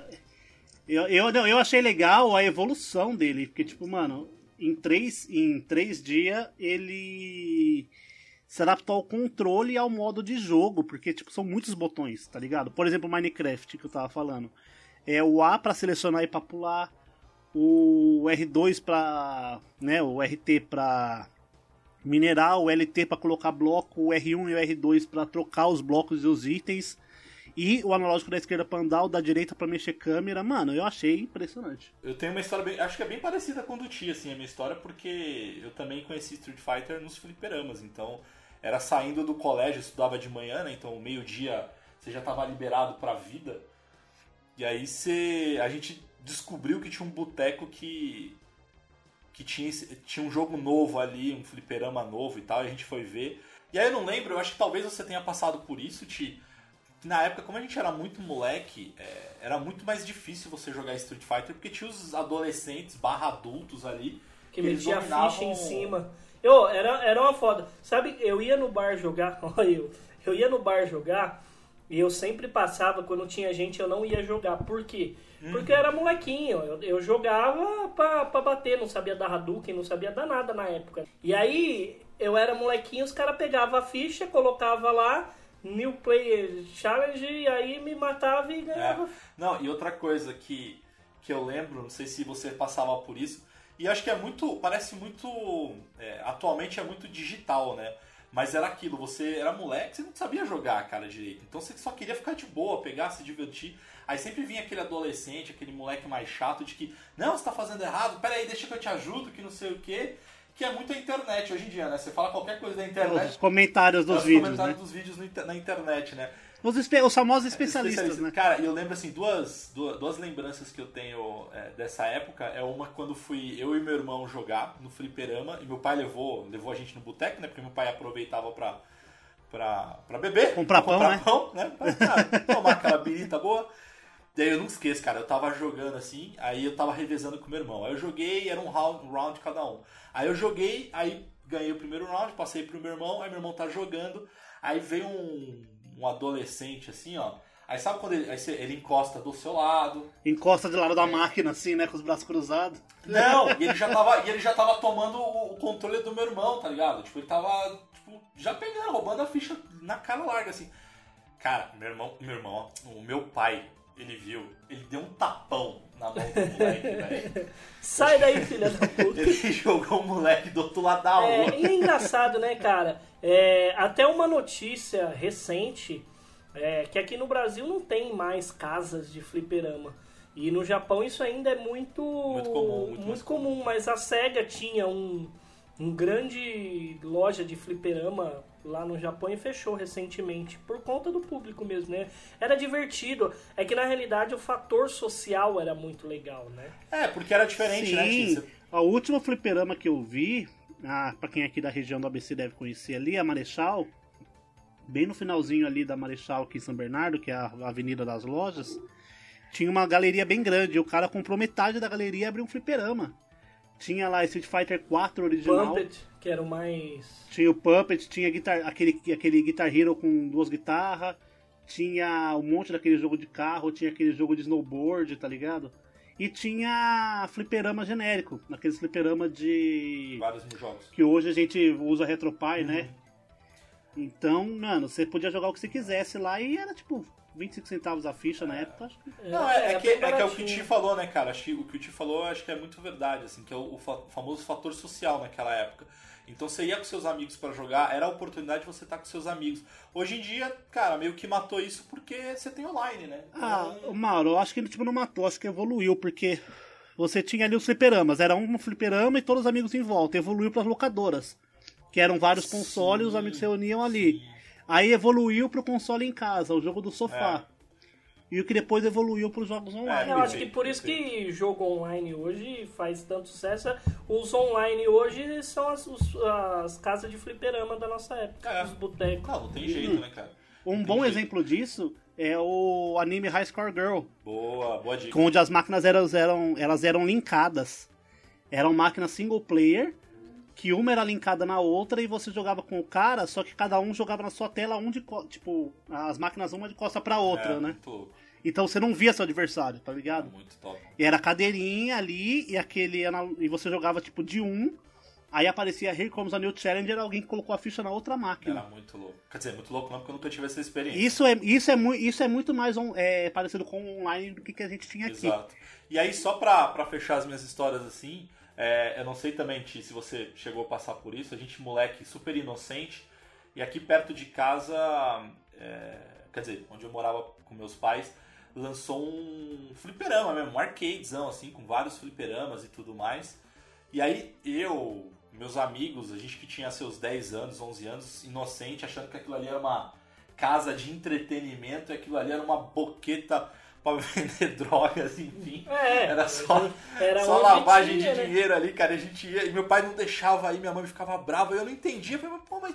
eu achei legal a evolução dele, porque, tipo, mano, em 3 dias ele se adaptou ao controle e ao modo de jogo, porque, tipo, são muitos botões, tá ligado? Por exemplo, o Minecraft, que eu tava falando. É o A pra selecionar e pra pular, o R2 pra, né, o RT pra minerar, o LT pra colocar bloco, o R1 e o R2 pra trocar os blocos e os itens, e o analógico da esquerda pra andar, o da direita pra mexer câmera. Mano, eu achei impressionante. Eu tenho uma história acho que é bem parecida com o do Tia, assim, a minha história, porque eu também conheci Street Fighter nos fliperamas, então era saindo do colégio, eu estudava de manhã, né, então meio-dia você já tava liberado pra vida, e aí a gente descobriu que tinha um boteco que tinha um jogo novo ali, um fliperama novo e tal, e a gente foi ver. E aí eu não lembro, eu acho que talvez você tenha passado por isso, Ti. Na época, como a gente era muito moleque, era muito mais difícil você jogar Street Fighter, porque tinha os adolescentes / adultos ali Que eles metia a dominavam- ficha em cima. Era uma foda. Sabe, eu ia no bar jogar, olha eu ia no bar jogar e eu sempre passava, quando tinha gente eu não ia jogar. Por quê? Porque eu era molequinho, eu jogava pra bater, não sabia dar Hadouken, não sabia dar nada na época. E aí, eu era molequinho, os caras pegavam a ficha, colocava lá, New Player Challenge, e aí me matava e ganhava. Não, e outra coisa que eu lembro, não sei se você passava por isso, e acho que parece muito, atualmente é muito digital, né? Mas era aquilo, você era moleque, você não sabia jogar, cara, direito. Então você só queria ficar de boa, pegar, se divertir. Aí sempre vinha aquele adolescente, aquele moleque mais chato de que, não, você tá fazendo errado, peraí, deixa que eu te ajudo, que não sei o quê. Que é muito a internet hoje em dia, né? Você fala qualquer coisa da internet... Os comentários dos vídeos, comentários né? dos vídeos na internet, né? Os famosos especialistas, né? Cara, eu lembro assim, duas lembranças que eu tenho dessa época. É uma quando fui eu e meu irmão jogar no fliperama. E meu pai levou a gente no boteco, né? Porque meu pai aproveitava pra beber. Comprar pão, né? Pra tomar aquela birita boa. Daí eu não esqueço, cara, eu tava jogando assim, aí eu tava revezando com meu irmão. Aí eu joguei, era um round cada um. Aí eu joguei, aí ganhei o primeiro round, passei pro meu irmão, aí meu irmão tá jogando, aí veio um adolescente assim, ó. Aí sabe quando ele encosta do seu lado? Encosta de lado da máquina, assim, né? Com os braços cruzados. Não, e ele já tava tomando o controle do meu irmão, tá ligado? Tipo, ele tava já pegando, roubando a ficha na cara larga, assim. Cara, o meu pai, ele viu, ele deu um tapão na mão do moleque, velho. Sai daí, filha da puta. Ele jogou o moleque do outro lado da rua. E é engraçado, né, cara? Até uma notícia recente, que aqui no Brasil não tem mais casas de fliperama. E no Japão isso ainda é muito comum. Mas a SEGA tinha um grande loja de fliperama lá no Japão e fechou recentemente, por conta do público mesmo, né? Era divertido. É que na realidade o fator social era muito legal, né? Porque era diferente, Sim. né, Tícia? O último fliperama que eu vi, pra quem aqui da região do ABC deve conhecer ali, a Marechal, bem no finalzinho ali da Marechal aqui em São Bernardo, que é a Avenida das Lojas, tinha uma galeria bem grande, e o cara comprou metade da galeria e abriu um fliperama. Tinha lá Street Fighter 4 original. Puppet, que era o mais... Tinha o Puppet, tinha aquele Guitar Hero com 2 guitarras, tinha um monte daquele jogo de carro, tinha aquele jogo de snowboard, tá ligado? E tinha fliperama genérico, aqueles fliperama de... Vários jogos. Que hoje a gente usa RetroPie, né? Então, mano, você podia jogar o que você quisesse lá e era tipo 25 centavos a ficha na época. Acho que... Não, é que é o que o Ti falou, né, cara? O que o Ti falou acho que é muito verdade, assim, que é o famoso fator social naquela época. Então você ia com seus amigos pra jogar, era a oportunidade de você estar com seus amigos. Hoje em dia, cara, meio que matou isso porque você tem online, né? Então... Mauro, eu acho que tipo, não matou, acho que evoluiu, porque você tinha ali os fliperamas, era um fliperama e todos os amigos em volta, evoluiu pras locadoras, que eram vários consoles e os amigos se reuniam ali. Aí evoluiu pro console em casa, o jogo do sofá. E o que depois evoluiu para os jogos online. Eu acho que por isso que jogo online hoje faz tanto sucesso. Os online hoje são as casas de fliperama da nossa época, os botecos. Não tem jeito, né, cara? Um bom exemplo disso é o anime High Score Girl. Boa dica. Onde as máquinas eram linkadas. Eram máquinas single player, que uma era linkada na outra e você jogava com o cara, só que cada um jogava na sua tela tipo, as máquinas uma de costa pra outra, né? Muito louco. Então você não via seu adversário, tá ligado? Muito top. E era cadeirinha ali e você jogava tipo de aí aparecia Here Comes a New Challenger, alguém que colocou a ficha na outra máquina. Era muito louco. Quer dizer, muito louco não, porque eu nunca tive essa experiência. Isso é muito mais parecido com o online do que a gente tinha aqui. Exato. E aí, só pra fechar as minhas histórias assim, eu não sei também, Ti, se você chegou a passar por isso, a gente moleque super inocente, e aqui perto de casa, quer dizer, onde eu morava com meus pais, lançou um fliperama mesmo, um arcadezão assim, com vários fliperamas e tudo mais. E aí meus amigos, a gente que tinha seus 10 anos, 11 anos, inocente, achando que aquilo ali era uma casa de entretenimento, e aquilo ali era uma boqueta pra vender drogas, enfim. Era só lavagem de dinheiro ali, cara. A gente ia, e meu pai não deixava aí, minha mãe ficava brava, eu não entendia. Eu falei, pô, mas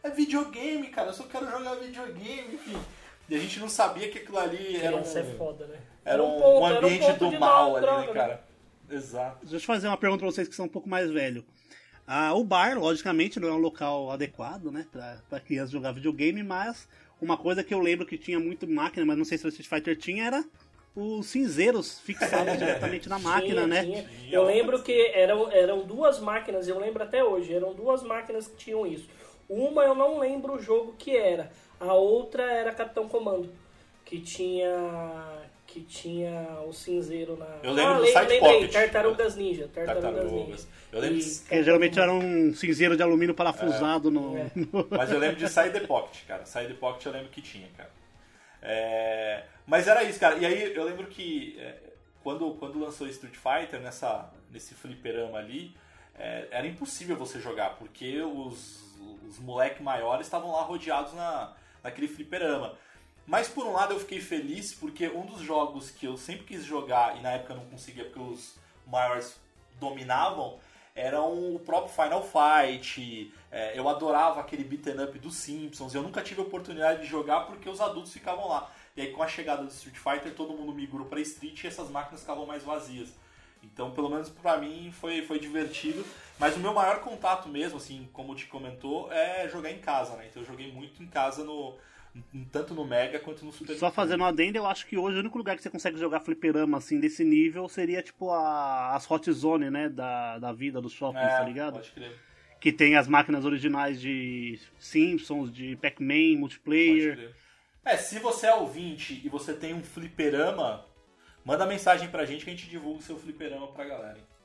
é videogame, cara, eu só quero jogar videogame, filho. E a gente não sabia que aquilo ali era Criança é foda, né? era um ambiente ponto do de mal ali, droga, né, cara? Exato. Deixa eu fazer uma pergunta pra vocês que são um pouco mais velhos. O bar, logicamente, não é um local adequado, né, pra criança jogar videogame, mas uma coisa que eu lembro que tinha muito máquina, mas não sei se o Street Fighter tinha, era os cinzeiros fixados diretamente na máquina, né? Tinha. Eu lembro que eram duas máquinas, eu lembro até hoje, eram duas máquinas que tinham isso. Uma eu não lembro o jogo que era, a outra era Capitão Comando, que tinha o cinzeiro na... Eu lembro do Side Pocket. Tartarugas Ninja. Eu lembro Que geralmente era um cinzeiro de alumínio parafusado no... Mas eu lembro de Side Pocket, cara. Side Pocket eu lembro que tinha, cara. Mas era isso, cara. E aí eu lembro que quando lançou Street Fighter, nesse fliperama ali, era impossível você jogar, porque os moleques maiores estavam lá rodeados naquele fliperama. Mas por um lado eu fiquei feliz porque um dos jogos que eu sempre quis jogar e na época eu não conseguia porque os maiores dominavam eram o próprio Final Fight. Eu adorava aquele beat'em up dos Simpsons. Eu nunca tive a oportunidade de jogar porque os adultos ficavam lá. E aí com a chegada do Street Fighter todo mundo migrou pra Street e essas máquinas ficavam mais vazias. Então pelo menos pra mim foi divertido. Mas o meu maior contato mesmo, assim, como o Ti comentou, é jogar em casa, né? Então eu joguei muito em casa tanto no Mega quanto no Super. Só fazendo uma adenda, eu acho que hoje o único lugar que você consegue jogar fliperama assim desse nível seria tipo as Hot Zone, né, da vida dos shoppings, tá ligado? Pode crer. Que tem as máquinas originais de Simpsons, de Pac-Man, multiplayer. Pode crer. Se você é ouvinte e você tem um fliperama, manda mensagem pra gente que a gente divulga o seu fliperama pra galera, hein?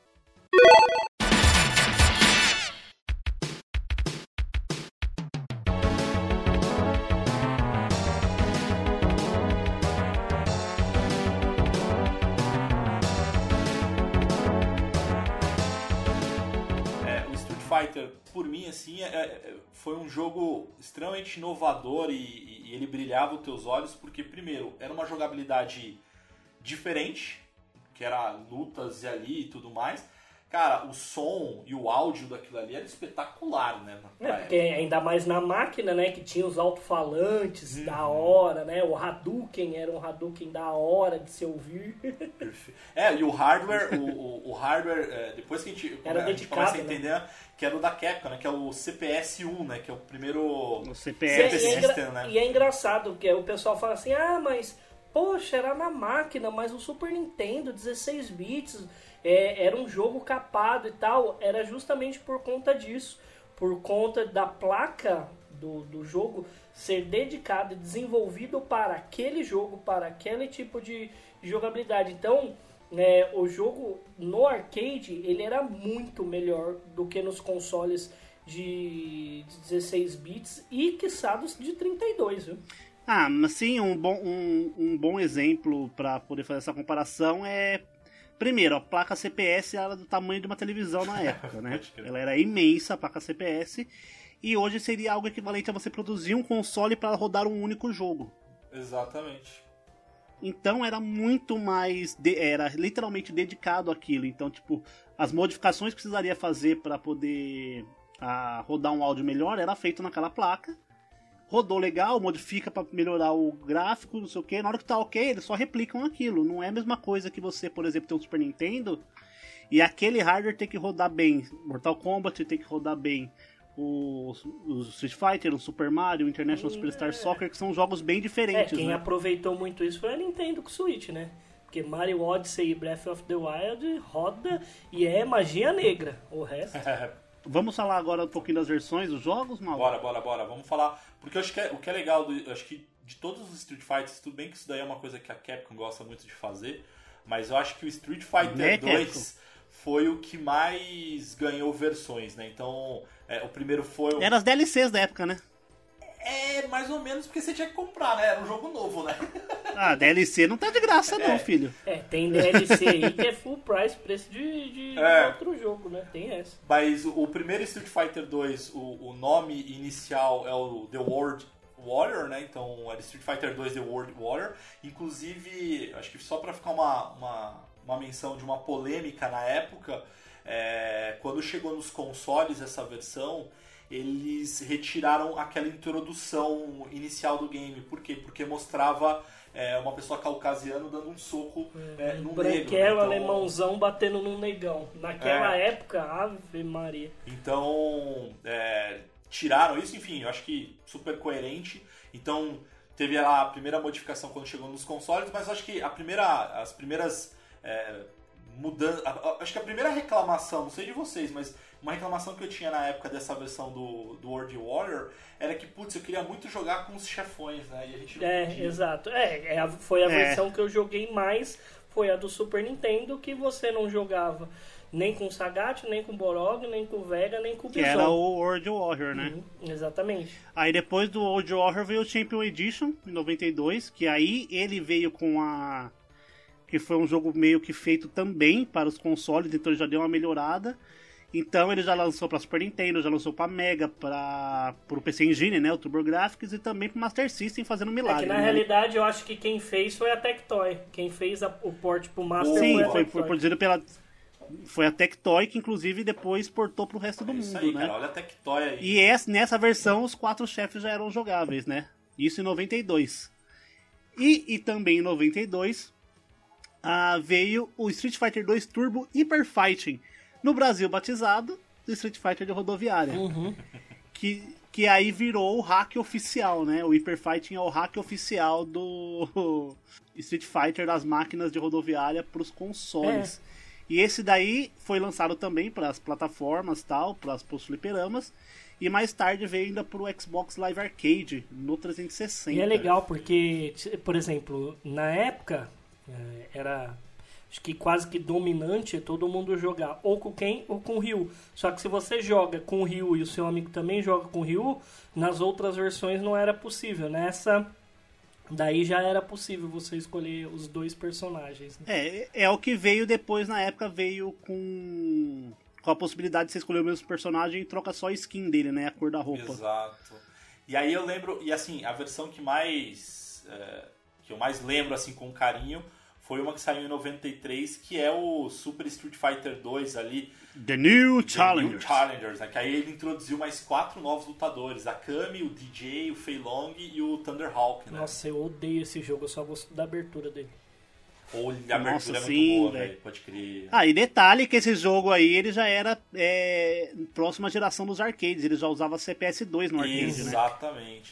Fighter, por mim, assim, foi um jogo extremamente inovador e ele brilhava os teus olhos porque, primeiro, era uma jogabilidade diferente, que era lutas e ali e tudo mais. Cara, o som e o áudio daquilo ali era espetacular, né? Porque ainda mais na máquina, né? Que tinha os alto-falantes da hora, né? O Hadouken era um Hadouken da hora de se ouvir. E o hardware, o hardware, depois que a gente começa a entender, né? Que era o da Capcom, né? Que é o CPS-1, né? Que é o primeiro o CPS System, né? E é engraçado, porque o pessoal fala assim, mas, poxa, era na máquina, mas o Super Nintendo, 16 bits... era um jogo capado e tal, era justamente por conta disso, por conta da placa do jogo ser dedicado e desenvolvido para aquele jogo, para aquele tipo de jogabilidade. Então, o jogo no arcade, ele era muito melhor do que nos consoles de 16 bits e, quiçá, de 32, viu? Mas sim, um bom exemplo para poder fazer essa comparação é... Primeiro, a placa CPS era do tamanho de uma televisão na época, né? Ela era imensa, a placa CPS, e hoje seria algo equivalente a você produzir um console para rodar um único jogo. Exatamente. Então era muito mais... era literalmente dedicado àquilo. Então, tipo, as modificações que precisaria fazer para poder rodar um áudio melhor era feito naquela placa. Rodou legal, modifica pra melhorar o gráfico, não sei o que. Na hora que tá ok, eles só replicam aquilo. Não é a mesma coisa que você, por exemplo, ter um Super Nintendo e aquele hardware tem que rodar bem. Mortal Kombat tem que rodar bem. O Street Fighter, o Super Mario, o International Superstar Soccer, que são jogos bem diferentes. Quem né? aproveitou muito isso foi a Nintendo com o Switch, né? Porque Mario Odyssey e Breath of the Wild roda e é magia negra. O resto... Vamos falar agora um pouquinho das versões dos jogos, Mauro? Bora. Vamos falar. Porque eu acho que o que é legal, eu acho que de todos os Street Fighters, tudo bem que isso daí é uma coisa que a Capcom gosta muito de fazer, mas eu acho que o Street Fighter 2 foi o que mais ganhou versões, né? Então, o primeiro foi... Era as DLCs da época, né? Mais ou menos porque você tinha que comprar, né? Era um jogo novo, né? DLC não tá de graça não, filho. Tem DLC aí que é full price, preço de outro jogo, né? Tem essa. Mas o primeiro Street Fighter 2, o nome inicial é o The World Warrior, né? Então era Street Fighter 2 The World Warrior. Inclusive, acho que só pra ficar uma menção de uma polêmica na época, quando chegou nos consoles essa versão, eles retiraram aquela introdução inicial do game. Por quê? Porque mostrava uma pessoa caucasiana dando um soco num negro. Branquelo, alemãozão batendo num negão. Naquela época, Ave Maria. Então, tiraram isso, enfim, eu acho que super coerente. Então, teve a primeira modificação quando chegou nos consoles, mas eu acho que as primeiras mudanças... Acho que a primeira reclamação, não sei de vocês, mas uma reclamação que eu tinha na época dessa versão do World Warrior era que, putz, eu queria muito jogar com os chefões, né? E a gente não podia. Exato. Foi a versão que eu joguei mais, foi a do Super Nintendo, que você não jogava nem com o Sagat, nem com o Borog, nem com o Vega, nem com o Bison. Que era o World Warrior, né? Exatamente. Aí depois do World Warrior veio o Champion Edition, em 92, que aí ele veio com que foi um jogo meio que feito também para os consoles, então ele já deu uma melhorada. Então ele já lançou para Super Nintendo, já lançou para Mega, para o PC Engine, né, o TurboGrafx, e também para Master System, fazendo milagre. Na realidade eu acho que quem fez foi a Tectoy. Quem fez o port pro Master foi produzido pela... Foi a Tectoy, que inclusive depois portou pro resto do mundo, aí, né? Cara, olha a Tectoy aí. E nessa versão os 4 chefes já eram jogáveis, né? Isso em 92. E também em 92 veio o Street Fighter 2 Turbo Hyper Fighting, no Brasil batizado do Street Fighter de rodoviária. Que aí virou o hack oficial, né? O Hyper Fighting é o hack oficial do Street Fighter das máquinas de rodoviária pros consoles. E esse daí foi lançado também para as plataformas, tal, para os fliperamas. E mais tarde veio ainda pro Xbox Live Arcade, no 360. E é legal porque, por exemplo, na época, era acho que quase que dominante todo mundo jogar ou com Ken ou com o Ryu. Só que se você joga com o Ryu e o seu amigo também joga com o Ryu, nas outras versões não era possível. Nessa... Daí já era possível você escolher os dois personagens. Né? É o que veio depois, na época, veio com a possibilidade de você escolher o mesmo personagem e troca só a skin dele, né? A cor da roupa. Exato. E aí eu lembro, e assim, a versão que eu mais lembro, assim, com carinho, foi uma que saiu em 93, que é o Super Street Fighter 2 ali. The New Challengers. Né? Que aí ele introduziu mais 4 novos lutadores. A Kami, o DJ, o Fei Long e o Thunderhawk, né? Nossa, eu odeio esse jogo, eu só gosto da abertura dele. Ou a abertura é muito boa, velho. Pode crer. E detalhe que esse jogo aí, ele já era próxima geração dos arcades. Ele já usava CPS2 no arcade, exatamente.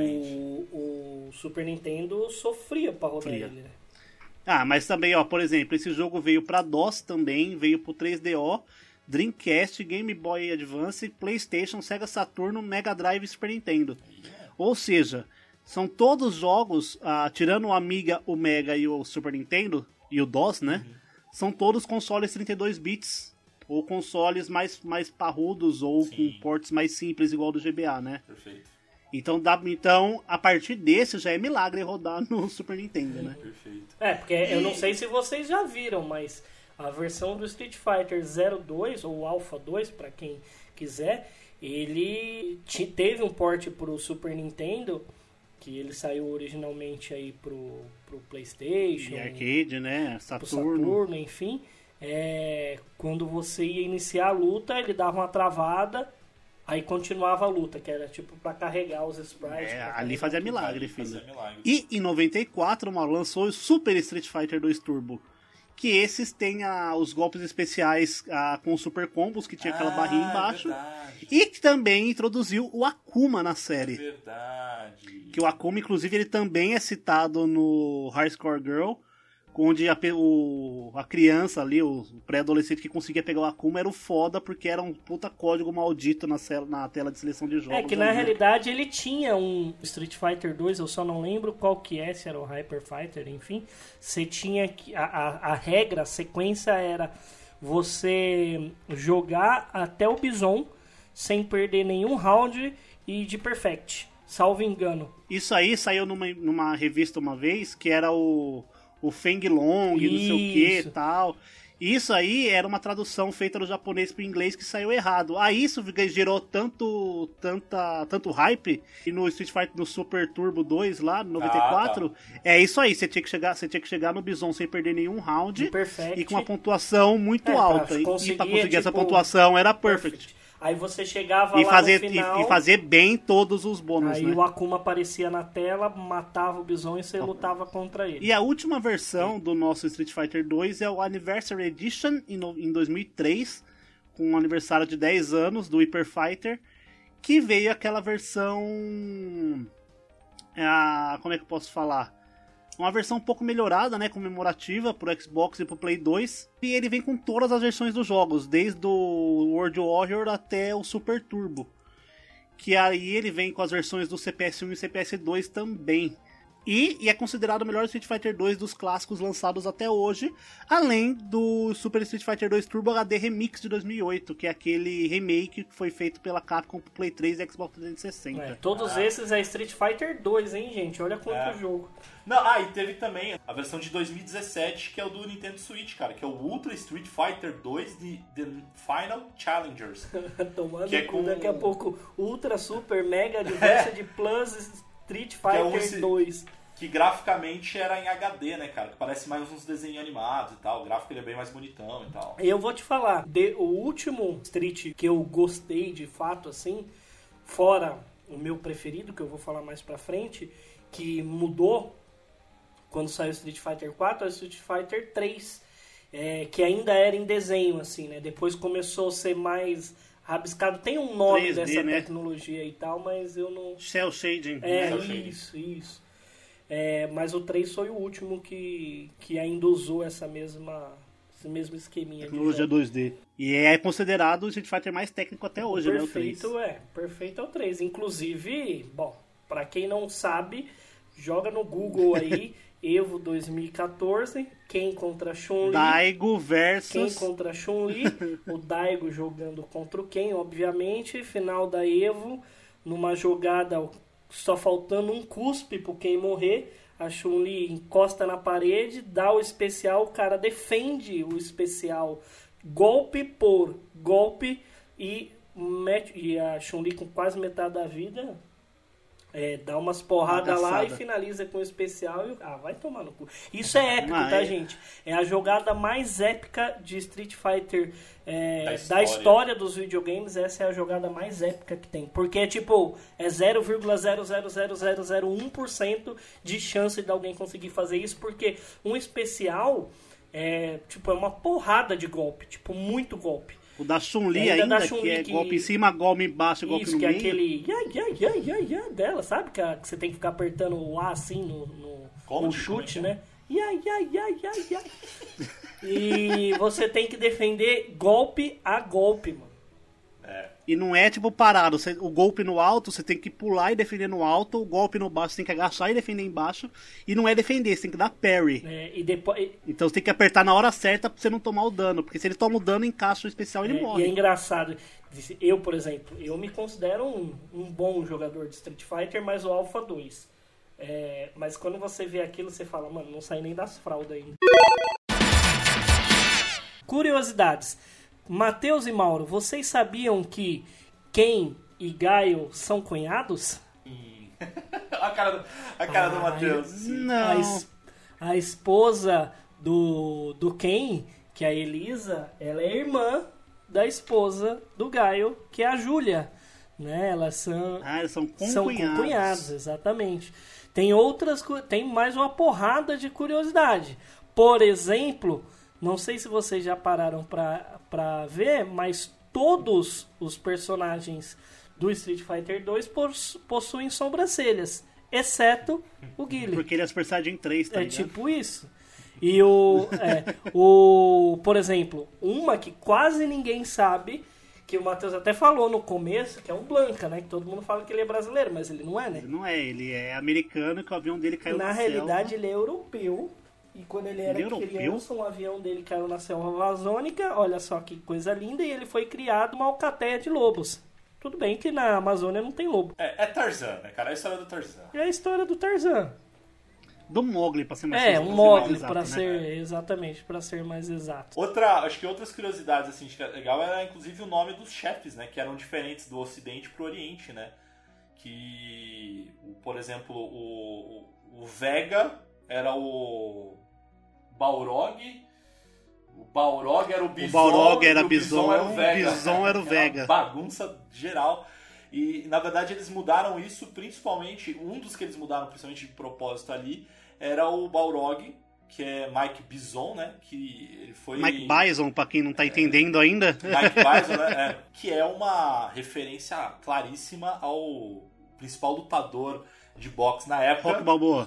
O Super Nintendo sofria pra rodar ele, né? Mas também, por exemplo, esse jogo veio pra DOS também, veio pro 3DO, Dreamcast, Game Boy Advance, PlayStation, Sega Saturno, Mega Drive e Super Nintendo. Ou seja, são todos jogos, tirando o Amiga, o Mega e o Super Nintendo, e o DOS, né? São todos consoles 32 bits, ou consoles mais parrudos, ou com ports mais simples, igual do GBA, né? Perfeito. Então, a partir desse já é milagre rodar no Super Nintendo, né? Perfeito. Porque eu não sei se vocês já viram, mas a versão do Street Fighter 02, ou Alpha 2, para quem quiser, ele teve um port pro Super Nintendo, que ele saiu originalmente aí pro PlayStation. E arcade, né? Saturno, enfim. Quando você ia iniciar a luta, ele dava uma travada, aí continuava a luta, que era tipo pra carregar os sprites. Ali fazia milagre, filho. E em 94, lançou o Super Street Fighter 2 Turbo. Que esses têm os golpes especiais com os super combos, que tinha aquela barrinha embaixo. Verdade. E que também introduziu o Akuma na série. Verdade. Que o Akuma, inclusive, ele também é citado no High Score Girl, onde a criança ali, o pré-adolescente que conseguia pegar o Akuma era o foda, porque era um puta código maldito na tela de seleção de jogos. Que na realidade ele tinha um Street Fighter 2, eu só não lembro qual que se era o Hyper Fighter, enfim. Você tinha que a regra, a sequência era você jogar até o Bison sem perder nenhum round e de perfect, salvo engano. Isso aí saiu numa revista uma vez, que era o Feng Long, não sei o que e tal. Isso aí era uma tradução feita no japonês para o inglês que saiu errado. Aí isso gerou tanto hype. E no Street Fighter, no Super Turbo 2 lá, no 94, é isso aí. Você tinha que chegar no Bison sem perder nenhum round. Perfect. E com uma pontuação muito alta. E para conseguir essa pontuação era perfect. Aí você chegava E lá fazer, no final... e fazer bem todos os bônus, Aí né? o Akuma aparecia na tela, matava o Bison e você lutava contra ele. E a última versão do nosso Street Fighter 2 é o Anniversary Edition, em 2003, com o aniversário de 10 anos do Hyper Fighter, que veio aquela versão... como é que eu posso falar? Uma versão um pouco melhorada, né, comemorativa pro Xbox e pro Play 2. E ele vem com todas as versões dos jogos, desde o World Warrior até o Super Turbo. Que aí ele vem com as versões do CPS1 e CPS2 também. E é considerado o melhor Street Fighter 2 dos clássicos lançados até hoje, além do Super Street Fighter 2 Turbo HD Remix de 2008, que é aquele remake que foi feito pela Capcom pro Play 3 e Xbox 360. Todos esses é Street Fighter 2, hein, gente? Olha quanto jogo. Não, e teve também a versão de 2017, que é o do Nintendo Switch, cara, que é o Ultra Street Fighter 2 de The Final Challengers. Tomando que é com... daqui a pouco Ultra, Super, Mega Advanced Plus Street Fighter 2. Que graficamente era em HD, né, cara? Que parece mais uns desenhos animados e tal. O gráfico ele é bem mais bonitão e tal. Eu vou te falar, o último Street que eu gostei de fato, assim, fora o meu preferido, que eu vou falar mais pra frente, que mudou quando saiu Street Fighter 4, é o Street Fighter 3, que ainda era em desenho, assim, né? Depois começou a ser mais rabiscado. Tem um nome 3D, dessa né? tecnologia e tal, mas eu não... Shell Shading. Isso. Mas o 3 foi o último que ainda usou esse mesmo esqueminha. Tecnologia 2D. E é considerado o Street Fighter mais técnico até hoje, né? O 3. Perfeito é o 3. Inclusive, bom, pra quem não sabe, joga no Google aí, Evo 2014, quem contra Chun-Li. Daigo Quem versus... contra Chun-Li, o Daigo jogando contra o Ken, obviamente, final da Evo, numa jogada só faltando um cuspe pro Ken morrer, a Chun-Li encosta na parede, dá o especial, o cara defende o especial golpe por golpe e a Chun-Li com quase metade da vida dá umas porradas lá e finaliza com o especial e... vai tomar no cu. Isso é épico, tá, gente? É a jogada mais épica de Street Fighter da história dos videogames. Essa é a jogada mais épica que tem. Porque é 0,00001% de chance de alguém conseguir fazer isso, porque um especial é uma porrada de golpe, muito golpe. O da Chun-Li ainda, que é golpe em cima, golpe embaixo, golpe no meio. Isso, que é aquele dela, sabe? Que você tem que ficar apertando o A assim no chute, né? E você tem que defender golpe a golpe, mano. E não é parado. O golpe no alto, você tem que pular e defender no alto. O golpe no baixo, você tem que agachar e defender embaixo. E não é defender, você tem que dar parry. Então você tem que apertar na hora certa pra você não tomar o dano. Porque se ele toma o dano, encaixa o especial e ele morre. E é engraçado. Eu, por exemplo, eu me considero um bom jogador de Street Fighter, mas o Alpha 2. Mas quando você vê aquilo, você fala, mano, não sai nem das fraldas ainda. Curiosidades. Matheus e Mauro, vocês sabiam que Ken e Gaio são cunhados? a cara do Matheus. Não. A esposa do Ken, que é a Elisa, ela é irmã da esposa do Gaio, que é a Júlia. Né? Elas são concunhados, exatamente. Tem mais uma porrada de curiosidade. Por exemplo, não sei se vocês já pararam pra ver, mas todos os personagens do Street Fighter 2 possuem sobrancelhas, exceto o Guile. Porque ele é Super Saiyajin 3, tá ligado? Tipo isso. E por exemplo, uma que quase ninguém sabe, que o Matheus até falou no começo, que é o Blanca, né? Que todo mundo fala que ele é brasileiro, mas ele não é, né? Ele não é, ele é americano, que o avião dele caiu na realidade, ele é europeu. E quando ele era criança, um avião dele caiu na selva amazônica. Olha só que coisa linda. E ele foi criado uma alcateia de lobos. Tudo bem que na Amazônia não tem lobo. É Tarzan, né, cara? É a história do Tarzan. É a história do Tarzan. Do Mowgli, pra ser mais exato. Um Mowgli, pra ser, né? Exatamente, pra ser mais exato. Acho que outras curiosidades, assim, que é legal era, inclusive, o nome dos chefes, né? Que eram diferentes do Ocidente pro Oriente, né? Que, por exemplo, o Vega era o Balrog, O Balrog era o Bison. O Balrog era e o Bison era o Vega. Bison era o Vega. Bagunça geral. E, na verdade, eles mudaram isso principalmente... Um dos que eles mudaram, principalmente de propósito ali, era o Balrog, que é Mike Bison, né? Que ele foi... Mike Bison, pra quem não tá entendendo ainda. Mike Bison, né? Que é uma referência claríssima ao principal lutador de boxe na época. Rock Balboa.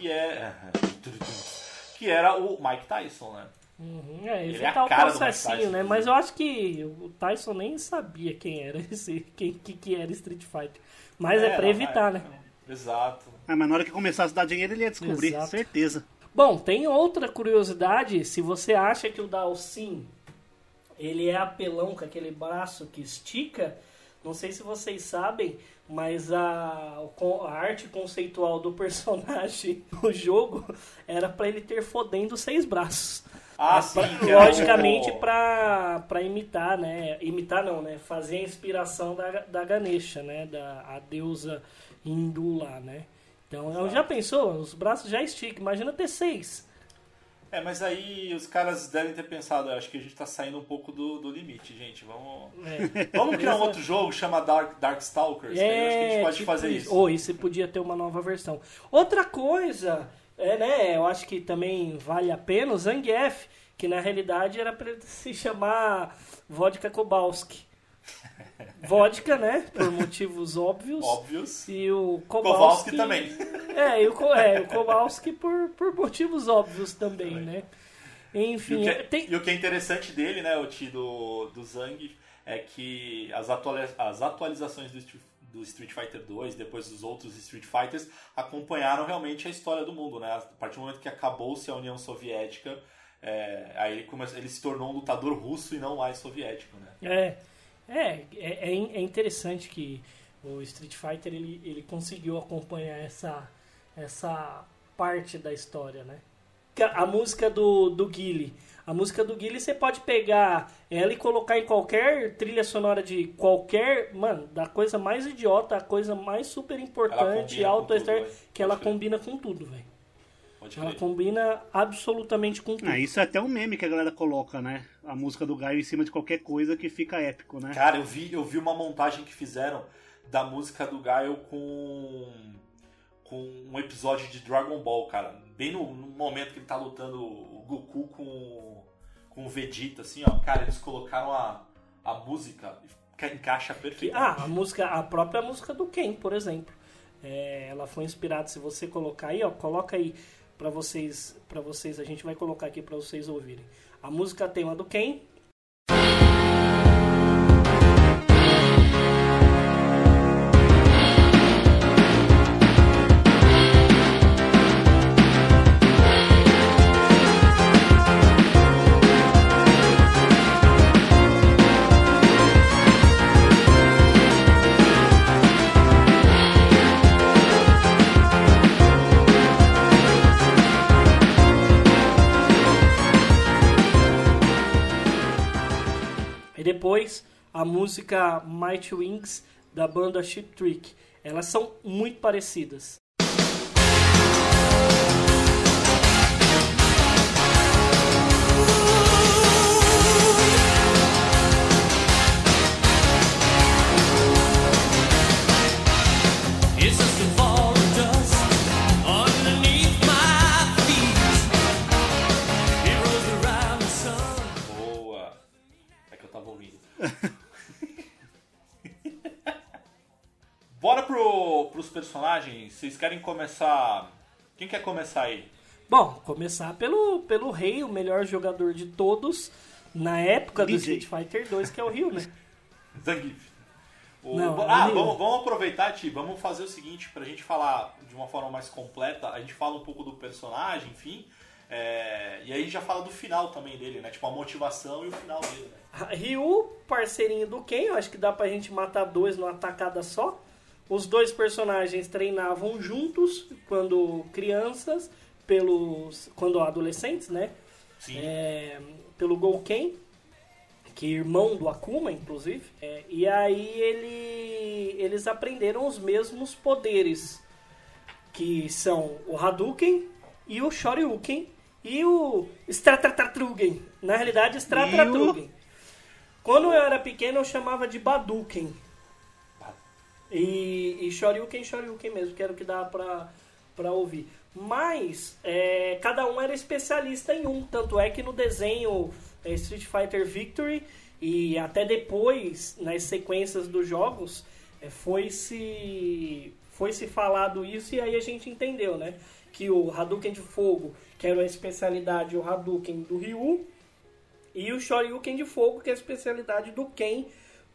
Que era o Mike Tyson, né? Ele é a tá o cara do processinho, Mike Tyson, né? Mas eu acho que o Tyson nem sabia quem era que era Street Fighter. Mas é pra evitar, né? Exato. Mas na hora que começasse a dar dinheiro, ele ia descobrir, Exato. certeza. Bom, tem outra curiosidade. Se você acha que o Dalsin, ele é apelão com aquele braço que estica, não sei se vocês sabem, mas a arte conceitual do personagem no jogo era pra ele ter fodendo 6 braços. Sim. Logicamente pra imitar, né? Imitar não, né? Fazer a inspiração da Ganesha, né? A deusa hindu lá, né? Então, já pensou? Os braços já esticam. Imagina ter 6. Mas aí os caras devem ter pensado, acho que a gente tá saindo um pouco do limite, gente. Vamos criar um outro jogo, chama Darkstalkers, que aí eu acho que a gente pode fazer isso. Ou isso podia ter uma nova versão. Outra coisa, né? Eu acho que também vale a pena o Zangief, que na realidade era pra ele se chamar Vodka Kowalski. Vodka, né? Por motivos óbvios. E o Kowalski também. E o Kowalski por motivos óbvios também, né? Enfim. E o que é interessante dele, né, o do Zang, é que as atualizações do Street Fighter 2, depois dos outros Street Fighters, acompanharam realmente a história do mundo, né? A partir do momento que acabou-se a União Soviética, aí ele se tornou um lutador russo e não mais soviético, né? É interessante que o Street Fighter ele conseguiu acompanhar essa parte da história, né? A música do Guile. A música do Guile você pode pegar ela e colocar em qualquer trilha sonora de qualquer... Mano, da coisa mais idiota, a coisa mais super importante, que ela combina com tudo, velho. Ela combina absolutamente com tudo. Isso é até um meme que a galera coloca, né? A música do Gaio em cima de qualquer coisa que fica épico, né? Cara, eu vi uma montagem que fizeram da música do Gaio com um episódio de Dragon Ball, cara. Bem no momento que ele tá lutando o Goku com o Vegeta, assim, ó. Cara, eles colocaram a música que encaixa perfeitamente. A própria música do Ken, por exemplo. Ela foi inspirada, se você colocar aí, ó, coloca aí pra vocês, a gente vai colocar aqui pra vocês ouvirem. A música tema do Ken. Depois, a música Mighty Wings, da banda Cheap Trick. Elas são muito parecidas. Bora pros personagens. Vocês querem começar? Quem quer começar aí? Bom, começar pelo Rei, o melhor jogador de todos na época do Street Fighter 2, que é o Ryu, né? Zangief. Vamos aproveitar, Ti. Vamos fazer o seguinte, pra gente falar de uma forma mais completa. A gente fala um pouco do personagem, enfim. E aí a gente já fala do final também dele, né? Tipo, a motivação e o final dele, né? Ryu, parceirinho do Ken, eu acho que dá pra gente matar 2 numa tacada só. Os 2 personagens treinavam juntos quando crianças, quando adolescentes, né? Sim. Pelo Gouken, que é irmão do Akuma, inclusive. E aí eles aprenderam os mesmos poderes, que são o Hadouken e o Shoryuken e o Stratatrugen, Na realidade, Stratatrugen. Quando eu era pequeno, eu chamava de Baduken. E Shoryuken mesmo, que era o que dava pra ouvir. Mas, cada um era especialista em um. Tanto é que no desenho Street Fighter Victory, e até depois, nas sequências dos jogos, foi-se falado isso, e aí a gente entendeu, né? Que o Hadouken de fogo, que era a especialidade, o Hadouken do Ryu, e o Shoryuken de fogo, que é a especialidade do Ken,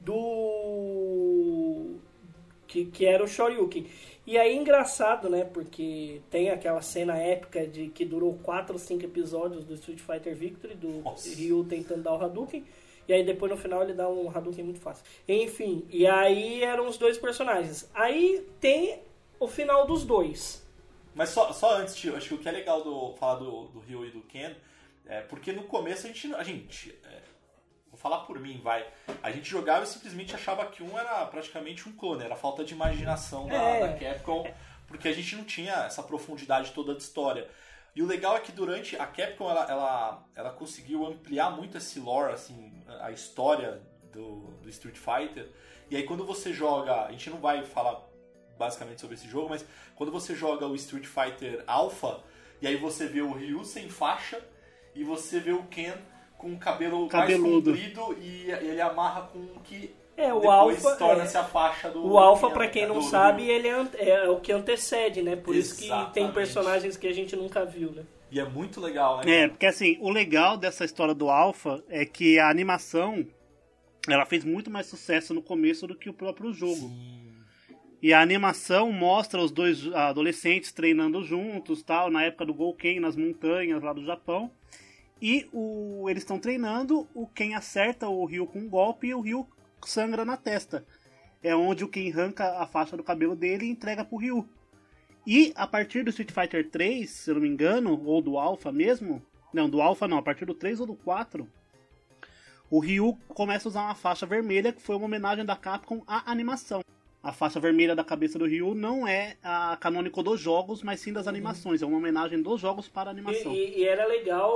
que era o Shoryuken. E aí engraçado, né? Porque tem aquela cena épica que durou 4 ou 5 episódios do Street Fighter Victory, do Ryu tentando dar o Hadouken. E aí depois no final ele dá um Hadouken muito fácil. Enfim, e aí eram os dois personagens. Aí tem o final dos dois. Mas só antes, tio, acho que o que é legal falar do Ryu e do Ken, porque no começo a gente vou falar por mim, a gente jogava e simplesmente achava que um era praticamente um clone, era falta de imaginação da Capcom, porque a gente não tinha essa profundidade toda de história. E o legal é que durante a Capcom ela conseguiu ampliar muito esse lore, assim, a história do Street Fighter. E aí quando você joga, a gente não vai falar basicamente sobre esse jogo, mas quando você joga o Street Fighter Alpha, e aí você vê o Ryu sem faixa, e você vê o Ken com o cabelo mais comprido, e ele amarra com o que o depois Alpha torna-se a faixa do... O Alpha, Ken, pra quem não sabe, ele é o que antecede, né? Por isso que tem personagens que a gente nunca viu, né? E é muito legal, né? Porque assim, o legal dessa história do Alpha é que a animação, ela fez muito mais sucesso no começo do que o próprio jogo. Sim. E a animação mostra os dois adolescentes treinando juntos, tal, na época do Gouken, nas montanhas lá do Japão. E eles estão treinando, o Ken acerta o Ryu com um golpe e o Ryu sangra na testa. É onde o Ken arranca a faixa do cabelo dele e entrega pro Ryu. E a partir do Street Fighter 3, se eu não me engano, ou do Alpha mesmo, não, do Alpha não, a partir do 3 ou do 4, o Ryu começa a usar uma faixa vermelha, que foi uma homenagem da Capcom à animação. A faixa vermelha da cabeça do Ryu não é a canônico dos jogos, mas sim das animações. É uma homenagem dos jogos para a animação. E era legal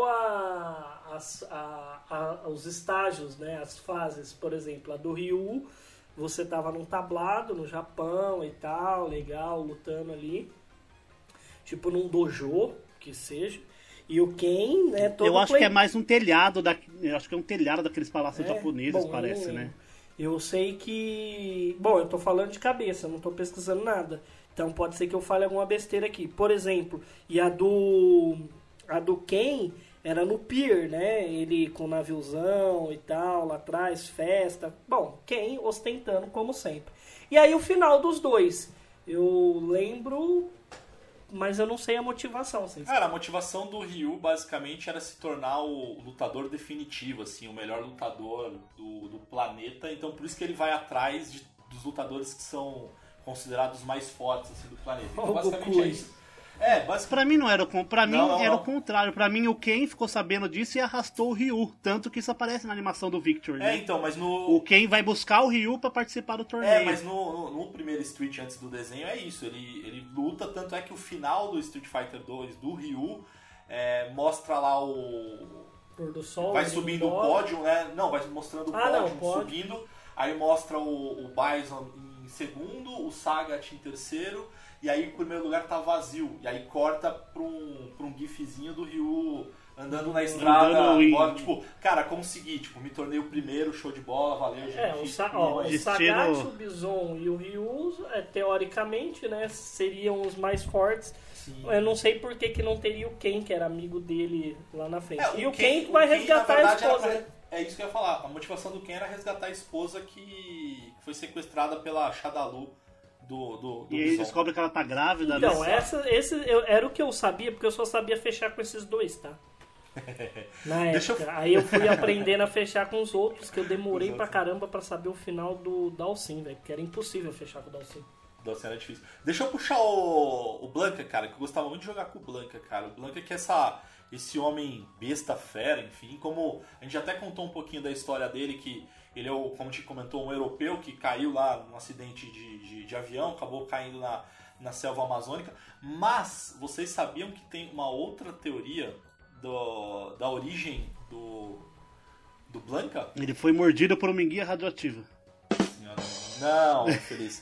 os estágios, né? As fases. Por exemplo, a do Ryu, você tava num tablado no Japão e tal, legal, lutando ali. Tipo num dojo, que seja. E o Ken, né? Todo eu acho que é mais um telhado, eu acho que é um telhado daqueles palácios japoneses, parece, né? Eu sei que... Bom, eu tô falando de cabeça, não tô pesquisando nada. Então pode ser que eu fale alguma besteira aqui. Por exemplo, e a do Ken era no pier, né? Ele com o naviozão e tal, lá atrás, festa. Bom, Ken ostentando como sempre. E aí o final dos dois. Eu lembro... Mas eu não sei a motivação. Cara, a motivação do Ryu basicamente era se tornar o lutador definitivo, assim, o melhor lutador do planeta. Então por isso que ele vai atrás dos lutadores que são considerados mais fortes assim, do planeta. Então basicamente é isso. Pra mim não era era o contrário. Pra mim o Ken ficou sabendo disso e arrastou o Ryu. Tanto que isso aparece na animação do Victory. Né? Então, mas o Ken vai buscar o Ryu pra participar do torneio. Mas no primeiro Street antes do desenho é isso. Ele luta, tanto é que o final do Street Fighter 2 do Ryu mostra lá o... Pôr do sol. Vai subindo o pódio, né? Não, vai mostrando o pódio subindo. Aí mostra o Bison em segundo, o Sagat em terceiro. E aí, em primeiro lugar, tá vazio. E aí corta pra um gifzinho do Ryu andando na estrada. Tipo, cara, consegui. Tipo, me tornei o primeiro, show de bola, valeu, gente. O Sagat, o Bison e o Ryu, teoricamente, né, seriam os mais fortes. Sim. Eu não sei por que não teria o Ken, que era amigo dele lá na frente. E o Ken vai resgatar a esposa. É isso que eu ia falar. A motivação do Ken era resgatar a esposa que foi sequestrada pela Shadalu. E aí descobre que ela tá grávida. Então, era o que eu sabia, porque eu só sabia fechar com esses dois, tá? Na época. Aí eu fui aprendendo a fechar com os outros, que eu demorei pra caramba pra saber o final do Dhalsim, velho, porque era impossível fechar com o Dhalsim. Dhalsim era difícil. Deixa eu puxar o Blanka, cara, que eu gostava muito de jogar com o Blanka, cara. O Blanka que é esse homem besta, fera, enfim, como a gente até contou um pouquinho da história dele, que ele é, como a gente comentou, um europeu que caiu lá num acidente de avião, acabou caindo na selva amazônica. Mas vocês sabiam que tem uma outra teoria da origem do Blanka? Ele foi mordido por uma enguia radioativa. Não, feliz.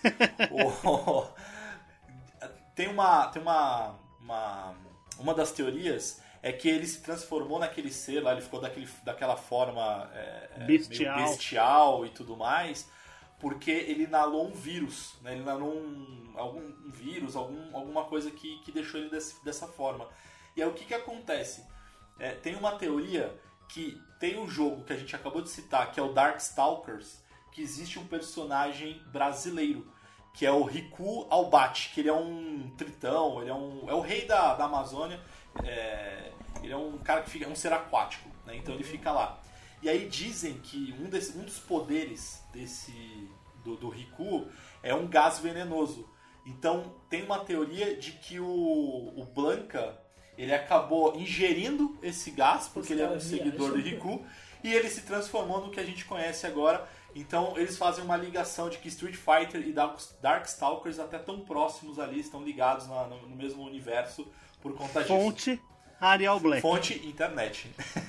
Tem uma das teorias é que ele se transformou naquele ser lá, ele ficou daquela forma bestial. Meio bestial e tudo mais, porque ele inalou um vírus, né? Ele inalou algum vírus, alguma coisa que deixou ele dessa forma. E aí o que acontece? Tem uma teoria que tem um jogo que a gente acabou de citar, que é o Darkstalkers, que existe um personagem brasileiro, que é o Riku Albati, que ele é um tritão, ele é o rei da Amazônia, ele é um cara que fica, é um ser aquático, né? Então ele fica lá. E aí dizem que um dos poderes do Riku é um gás venenoso. Então tem uma teoria de que o Blanka, ele acabou ingerindo esse gás, porque ele era um seguidor do Riku, e ele se transformou no que a gente conhece agora. Então eles fazem uma ligação de que Street Fighter e Darkstalkers até tão próximos ali, estão ligados no mesmo universo por conta disso. Fonte Arial Black. Fonte internet.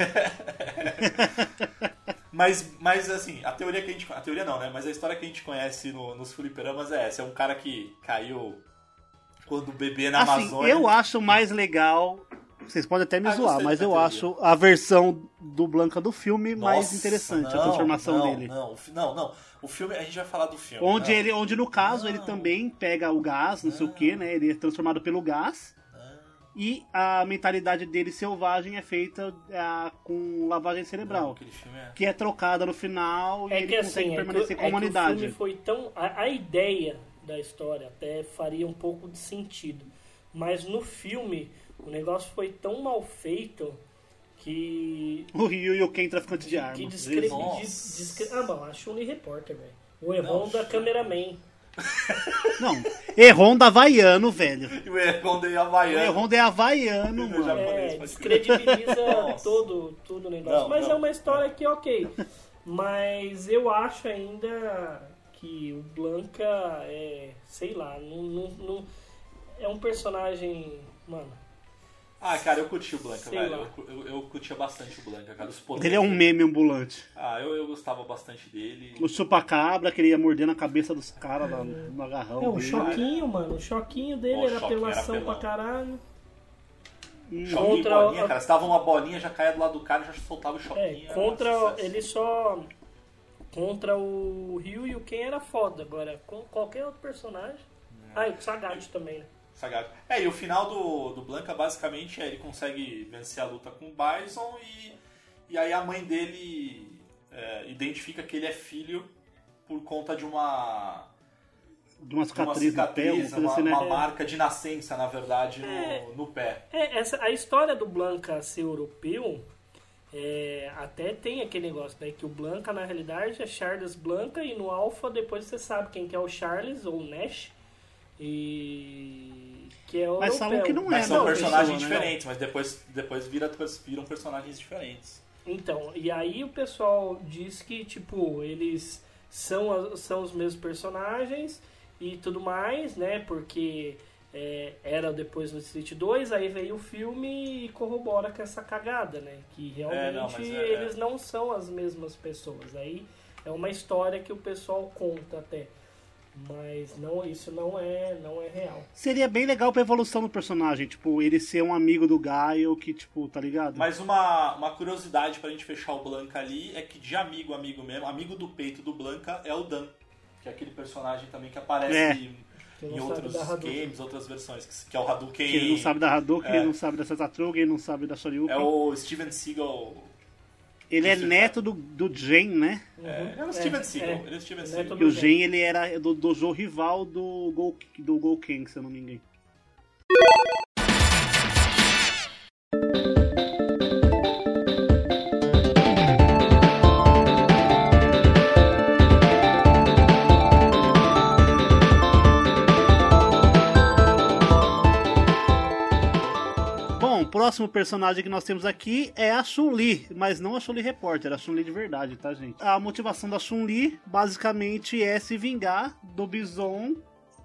mas assim, a teoria que a gente... A teoria não, né? Mas a história que a gente conhece nos fliperamas é essa. É um cara que caiu quando bebê na Amazônia. Eu acho mais legal... Vocês podem até me zoar, mas eu acho a versão do Blanka do filme mais interessante, a transformação dele. Não. O filme, a gente vai falar do filme. Onde no caso, ele também pega o gás, não sei o que, né? Ele é transformado pelo gás. E a mentalidade dele selvagem é feita com lavagem cerebral. Que é trocada no final e ele consegue permanecer com a humanidade. O filme foi tão... A ideia da história até faria um pouco de sentido. Mas no filme... O negócio foi tão mal feito que... O Ryu e o Ken traficante de armas. A Chun-Li repórter, velho. O Erronda cameraman. Não, Erronda havaiano, velho. E o Erronda é havaiano. O Erronda é havaiano, mano. Descredibiliza todo o negócio. Mas é uma história que, ok. Mas eu acho ainda que o Blanka sei lá, não é um personagem... Mano... cara, eu curti o Blanka, velho. Eu curtia bastante o Blanka, cara. Os poderes ele é um meme ambulante. Eu gostava bastante dele. O chupacabra, que ele ia mordendo a cabeça dos caras lá no agarrão. O choquinho, mano. O choquinho dele era apelação pra caralho. Choquinho e bolinha, cara. Se tava uma bolinha, já caía do lado do cara e já soltava o choquinho. Contra o Ryu e o Ken era foda. Agora, com qualquer outro personagem... e o Sagat também, né? Sagat. E o final do Blanka, basicamente, ele consegue vencer a luta com o Bison e aí a mãe dele identifica que ele é filho por conta de uma cicatriz no pé, uma marca de nascença, na verdade, no pé. A história do Blanka ser europeu, até tem aquele negócio, né, que o Blanka, na realidade, é Charles Blanka, e no Alpha depois você sabe quem que é o Charles, ou o Nash, que é o mas falam que não é. Mas são personagens diferentes, mas depois viram personagens diferentes. Então, e aí o pessoal diz que, tipo, eles são os mesmos personagens e tudo mais, né? Porque era depois no Street 2, aí veio o filme e corrobora com essa cagada, né? Que realmente eles não são as mesmas pessoas. Aí é uma história que o pessoal conta até. Mas isso não é real. Seria bem legal pra evolução do personagem, tipo, ele ser um amigo do Gaio, que, tipo, tá ligado? Mas uma curiosidade pra gente fechar o Blanka ali é que de amigo mesmo, amigo do peito do Blanka é o Dan, que é aquele personagem também que aparece em outros games, outras versões, que é o Hadouken. Que ele não sabe da Hadouken, ele não sabe da Sasatruga, ele não sabe da Shoryuken. É o Steven Seagal. Ele é neto do Gen, né? É o Steven Seagal. Ele é o Steven Seagal. Que o Gen, ele era do dojo rival do Gouken, se eu não me engano. O próximo personagem que nós temos aqui é a Chun-Li, mas não a Chun-Li repórter, a Chun-Li de verdade, tá, gente? A motivação da Chun-Li, basicamente, é se vingar do Bison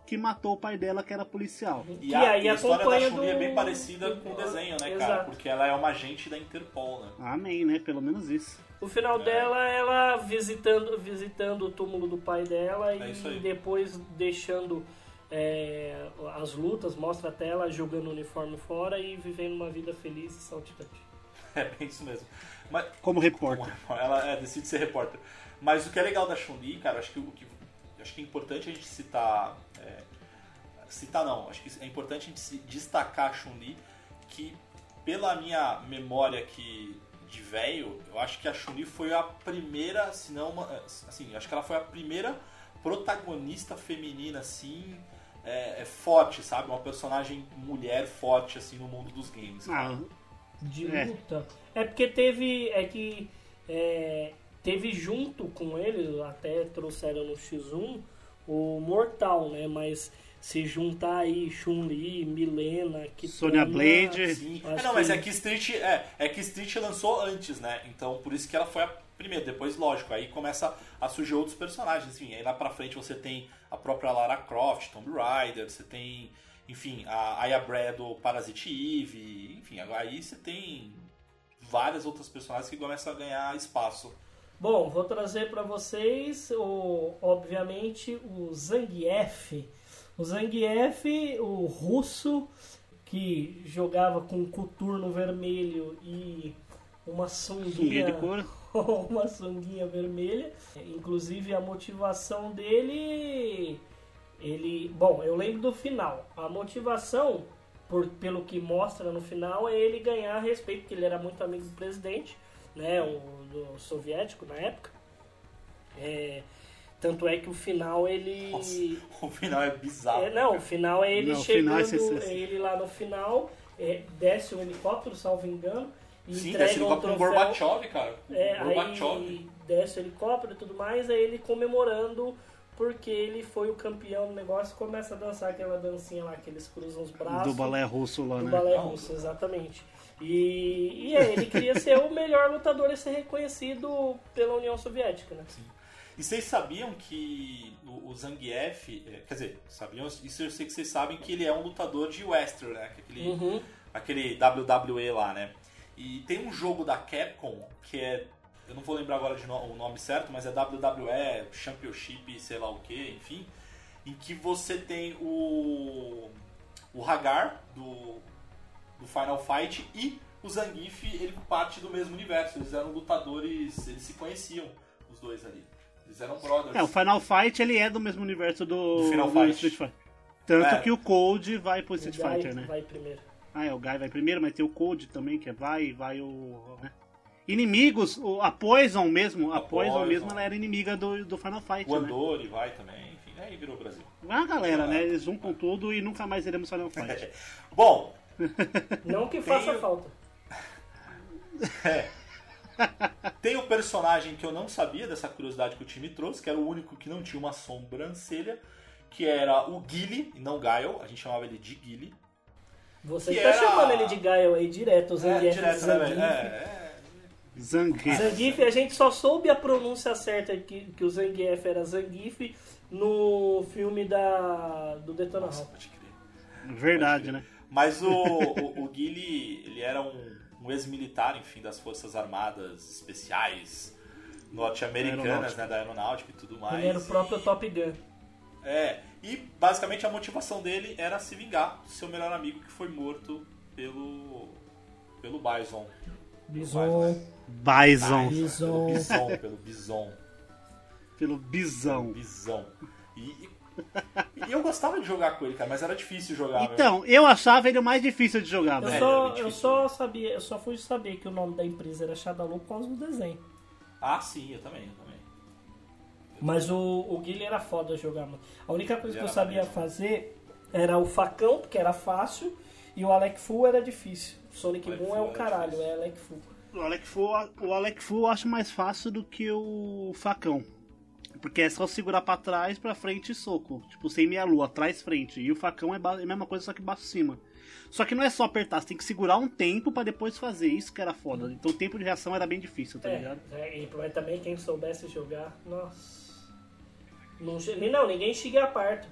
que matou o pai dela, que era policial. E Que a, aí e a história da acompanha Chun-Li é do- bem parecida com o desenho, né, cara? Exato. Porque ela é uma agente da Interpol, né? Amém, né? Pelo menos isso. O final dela, ela visitando o túmulo do pai dela É isso aí. e depois deixando as lutas, mostra até ela jogando o uniforme fora e vivendo uma vida feliz e saltitante. É bem isso mesmo. Mas, Como repórter. ela decide ser repórter. Mas o que é legal da Chun-Li, cara, acho que é importante a gente citar... acho que é importante a gente destacar a Chun-Li, que pela minha memória aqui de velho, eu acho que a Chun-Li foi a primeira, se não uma, assim, acho que ela foi a primeira protagonista feminina, assim, forte, sabe? Uma personagem mulher forte, assim, no mundo dos games. Cara. Ah, De É. luta. É porque teve junto com ele, até trouxeram no X1, o Mortal, né? Mas se juntar aí Chun-Li, Milena, Sonya Blade. Sim. Acho Não, mas que- é que Street lançou antes, né? Então por isso que ela foi a primeira. Depois, lógico, aí começa a surgir outros personagens. Enfim, aí lá pra frente você tem a própria Lara Croft, Tomb Raider, você tem, enfim, a Aya Brea do Parasite Eve, enfim, aí você tem várias outras personagens que começam a ganhar espaço. Bom, vou trazer para vocês, obviamente, o Zangief. O Zangief, o russo, que jogava com um coturno vermelho e uma sunguinha sunguinha, de couro. uma sunguinha vermelha. Inclusive, a motivação dele... Bom, eu lembro do final. A motivação, pelo que mostra no final, é ele ganhar respeito, porque ele era muito amigo do presidente, né, do soviético na época. Tanto é que o final ele... Nossa, o final é bizarro. o final é ele Não, o final é chegando, sensacional. ele lá no final, desce um helicóptero, salvo engano, e Sim, entrega desse um igual com o troféu. Gorbachev, cara. Gorbachev. Aí desce o helicóptero e tudo mais, aí ele comemorando porque ele foi o campeão do negócio e começa a dançar aquela dancinha lá, que eles cruzam os braços. Do balé russo lá, Do né? balé russo, exatamente. E ele queria ser o melhor lutador e ser reconhecido pela União Soviética, né? E vocês sabiam que o Zangief, quer dizer, sabiam, isso eu sei que vocês sabem, que ele é um lutador de wrestler, né? Aquele WWE lá, né? E tem um jogo da Capcom que eu não vou lembrar agora o nome certo, mas é WWE Championship, sei lá o que, enfim, em que você tem o Hagar do Final Fight e o Zangief, ele parte do mesmo universo. Eles eram lutadores, eles se conheciam, os dois ali. Eles eram brothers. O Final Fight ele é do mesmo universo do Final do Fight. Street Fighter. Tanto É. que o Code vai pro Street O Guy Fighter, né? vai primeiro. O Guy vai primeiro, mas tem o Code também, que vai o... né? Inimigos, a Poison mesmo, ela era inimiga do Final Fight, O né? Andori vai também, enfim, aí virou Brasil. A galera, né? Eles juntam tudo e nunca mais iremos Final Fight. Bom, Não que faça falta. tem o personagem que eu não sabia dessa curiosidade que o time trouxe, que era o único que não tinha uma sobrancelha, que era o Guile, e não Guile, a gente chamava ele de Guile. Você Que tá era- chamando ele de Gael aí direto, o Zangief. Direto, né, velho? Zangief. Zangief, a gente só soube a pronúncia certa que o Zangief era Zangief no filme do Detona Nossa, Ralph. pode crer. Verdade, né? Mas o Guile, ele era um ex-militar, enfim, das Forças Armadas Especiais norte-americanas, né, da aeronáutica e tudo mais. Ele era o próprio Top Gun. E basicamente a motivação dele era se vingar do seu melhor amigo que foi morto pelo Bison. Bison. Bison. Pelo Bison. Pelo Bisão. Bisão. E eu gostava de jogar com ele, cara, mas era difícil jogar. Então, eu achava ele o mais difícil de jogar, Eu velho. só fui saber que o nome da empresa era Shadaloo por causa do desenho. Ah, sim, eu também. Mas o Guilherme era foda jogar, mano. A única coisa Ele que eu era sabia maneiro. fazer era o facão, porque era fácil, e o Alec Fu era difícil. Sonic Alec Boom Fu é o era caralho, difícil. é Alec Fu. O Alec Fu eu acho mais fácil do que o facão. Porque é só segurar pra trás, pra frente e soco. Tipo, sem meia lua, trás, frente. E o facão é a mesma coisa, só que baixo cima. Só que não é só apertar, você tem que segurar um tempo pra depois fazer. Isso que era foda. Então o tempo de reação era bem difícil, tá ligado? Mas também quem soubesse jogar, nossa. Não, ninguém chega a parto.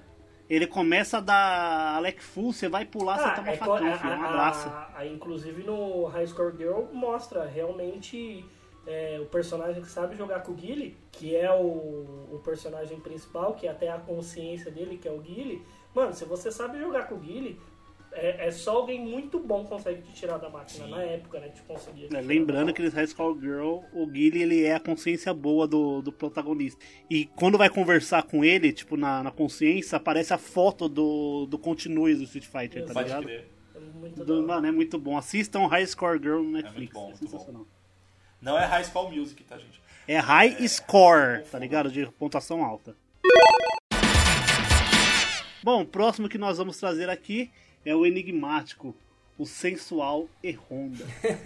Ele começa a dar Alec Full, você vai pular, você toma facão, filho. Um abraço. Inclusive no High Score Girl mostra realmente o personagem que sabe jogar com o Guile, que é o personagem principal, que até a consciência dele, que é o Guile. Mano, se você sabe jogar com o Guile, é só alguém muito bom consegue te tirar da máquina. Sim. Na época, né? Te conseguia. Lembrando que nesse High Score Girl, o Guile, ele é a consciência boa do protagonista. E quando vai conversar com ele, tipo, na consciência, aparece a foto do Continuous do Street Fighter, tá ligado? Mano, é muito bom. Assistam High Score Girl no Netflix. É muito bom, é sensacional. Bom. Não é High School Music, tá, gente? É High Score, tá ligado? De pontuação alta. Bom, o próximo que nós vamos trazer aqui é o enigmático, o sensual E-Honda.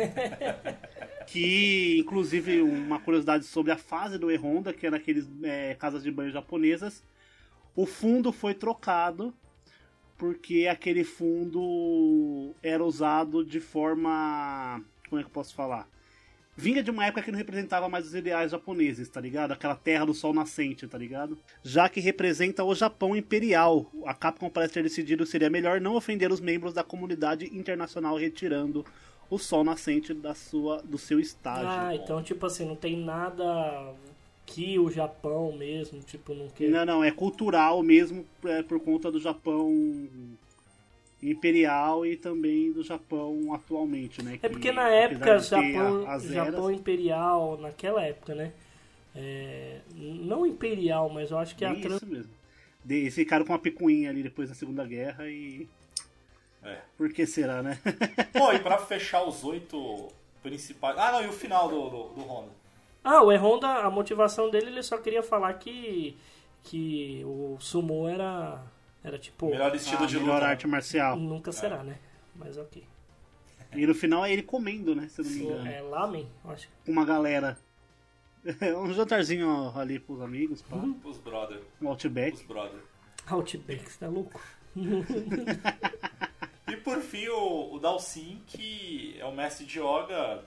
Que, inclusive, uma curiosidade sobre a fase do E-Honda, que é naqueles casas de banho japonesas, o fundo foi trocado porque aquele fundo era usado de forma... Como é que eu posso falar? Vinha de uma época que não representava mais os ideais japoneses, tá ligado? Aquela terra do sol nascente, tá ligado? Já que representa o Japão imperial. A Capcom parece ter decidido que seria melhor não ofender os membros da comunidade internacional retirando o sol nascente do seu estágio. Ah, então tipo assim, não tem nada que o Japão mesmo, tipo, não quer... Não, é cultural mesmo, por conta do Japão imperial e também do Japão atualmente, né? É porque na época Japão imperial, naquela época, né? Não imperial, mas eu acho que isso mesmo. Eles ficaram com uma picuinha ali depois da Segunda Guerra e... Por que será, né? Bom, e pra fechar os 8 principais... Ah, não, e o final do Honda? O E-Honda, a motivação dele, ele só queria falar que o sumo era tipo... Melhor estilo de luta. Melhor arte marcial. Nunca será, né? Mas ok. E no final é ele comendo, né? Se eu não me engano. É lamen, acho. Com uma galera. Um jantarzinho ali pros amigos, pá. Os brother. Um Outback. Os brother. Outback, você tá louco? E por fim o Dalsin, que é o mestre de yoga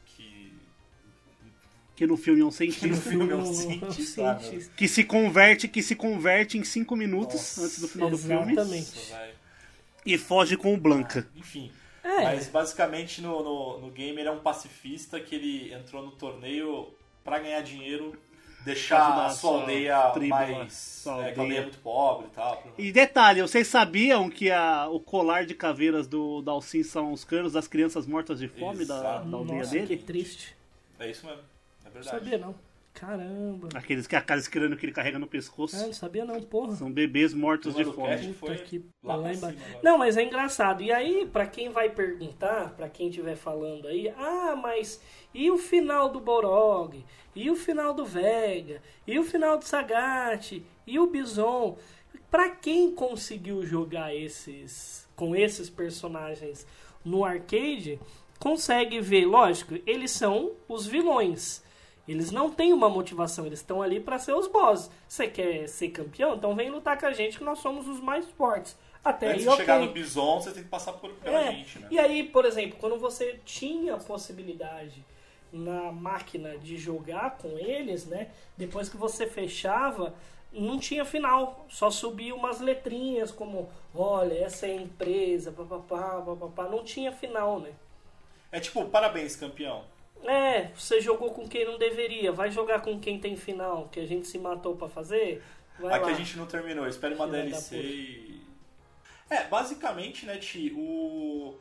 que no filme é um cientista. Que se converte em 5 minutos antes do final do filme. Exatamente. E foge com o Blanca. Enfim. Mas basicamente no game ele é um pacifista que ele entrou no torneio pra ganhar dinheiro, deixar a sua aldeia mais... que a aldeia é muito pobre e tal. E detalhe, vocês sabiam que o colar de caveiras do Dalsin são os canos das crianças mortas de fome da aldeia dele? Que triste. É isso mesmo. É verdade. Não sabia não. Caramba. Aqueles crânio que ele carrega no pescoço. Não sabia não, porra. São bebês mortos de fome. Lá embaixo. Não, mas é engraçado. E aí, pra quem vai perguntar, pra quem estiver falando aí, mas e o final do Balrog? E o final do Vega? E o final do Sagat? E o Bison? Pra quem conseguiu jogar com esses personagens no arcade, consegue ver, lógico, eles são os vilões. Eles não têm uma motivação, eles estão ali para ser os bosses. Você quer ser campeão? Então vem lutar com a gente que nós somos os mais fortes. Até antes de chegar no Bison, você tem que passar pela gente, né? E aí, por exemplo, quando você tinha a possibilidade na máquina de jogar com eles, né? Depois que você fechava, não tinha final. Só subia umas letrinhas como, olha, essa é a empresa, papapá. Não tinha final, né? É tipo, parabéns, campeão. Você jogou com quem não deveria. Vai jogar com quem tem final, que a gente se matou pra fazer. Aqui a gente não terminou. Espere uma DLC e... basicamente, né, Ti, o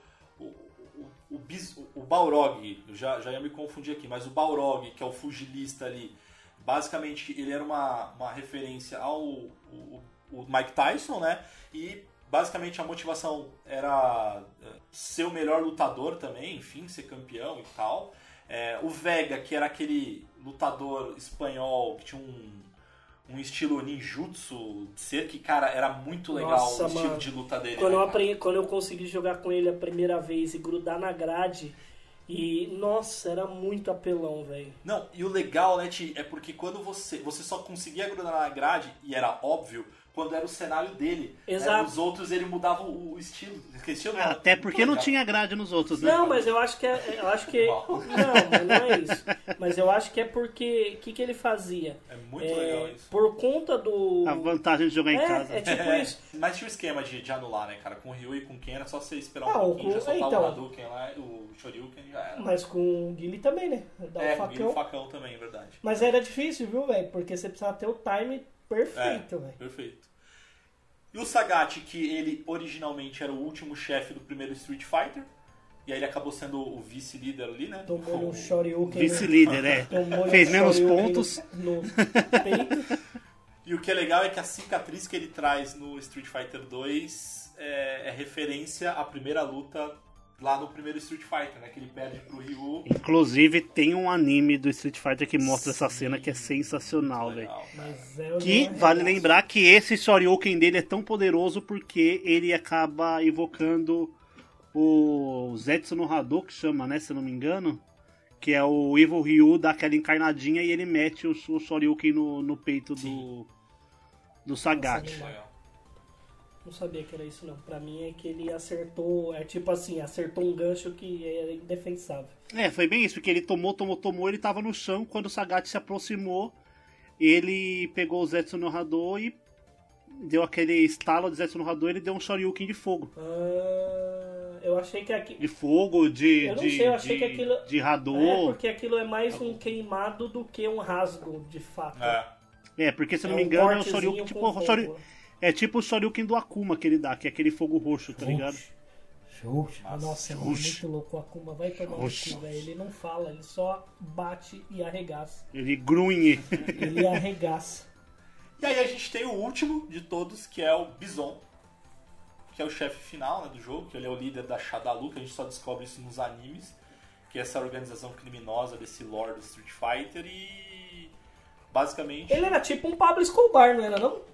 Balrog, eu já ia me confundir aqui, mas o Balrog, que é o fugilista ali, basicamente ele era uma referência ao Mike Tyson, né? E basicamente a motivação era ser o melhor lutador também, enfim, ser campeão e tal. O Vega, que era aquele lutador espanhol que tinha um estilo ninjutsu, que, cara, era muito legal. Nossa, o estilo mano, de luta dele. Quando eu consegui jogar com ele a primeira vez e grudar na grade, nossa, era muito apelão, velho. Não, e o legal, né, Ti, é porque quando você só conseguia grudar na grade, e era óbvio, quando era o cenário dele. Exato. Os outros ele mudava o estilo. Até porque não tinha grade nos outros, né? Não, mas eu acho que não, mas não é isso. Mas eu acho que é porque o que ele fazia? É muito legal isso. Por conta do... A vantagem de jogar em casa. É tipo isso. Mas tinha o esquema de anular, né, cara? Com o Ryu e com o Ken era só você esperar Não, um pouquinho, já soltava então. o Hadouken lá, o Shoryuken já era. Mas com o Guile também, né? Dá o Com o Guile e facão. o facão também, é verdade. Mas era difícil, viu, velho? Porque você precisava ter o time perfeito, velho. Perfeito. E o Sagat, que ele originalmente era o último chefe do primeiro Street Fighter, e aí ele acabou sendo o vice-líder ali, né? Tomou um Shoryuken. Vice-líder, fez menos pontos. No peito. E o que é legal é que a cicatriz que ele traz no Street Fighter 2 é referência à primeira luta lá no primeiro Street Fighter, né? Que ele perde pro Ryu. Inclusive, tem um anime do Street Fighter que mostra essa cena que é sensacional, velho. Que vale lembrar que esse Shoryuken dele é tão poderoso porque ele acaba evocando o Zetsu no Hadouken, que chama, né? Se eu não me engano. Que é o Evil Ryu, dá aquela encarnadinha e ele mete o Shoryuken no peito do Sagat. Não sabia que era isso, não. Pra mim é que ele acertou... É tipo assim, acertou um gancho que era indefensável. Foi bem isso, porque ele tomou, ele tava no chão, quando o Sagat se aproximou, ele pegou o Zetsu no Hadou e deu aquele estalo de Zetsu no Hadou, ele deu um Shoryuken de fogo. Eu achei que aqui... De fogo, eu não sei, eu achei que aquilo... de Hadou. Porque aquilo é mais um queimado do que um rasgo, de fato. Porque se eu não me engano é o Shoryuken, tipo tipo o Shoryuken do Akuma que ele dá, que é aquele fogo roxo, tá ligado? Nossa, é muito louco. O Akuma vai tomar no cu, velho. Ele não fala, ele só bate e arregaça. Ele grunhe. Ele arregaça. E aí a gente tem o último de todos, que é o Bison, que é o chefe final, né, do jogo, que ele é o líder da Shadalu, que a gente só descobre isso nos animes, que é essa organização criminosa desse lore do Street Fighter e basicamente... Ele era tipo um Pablo Escobar, não era não?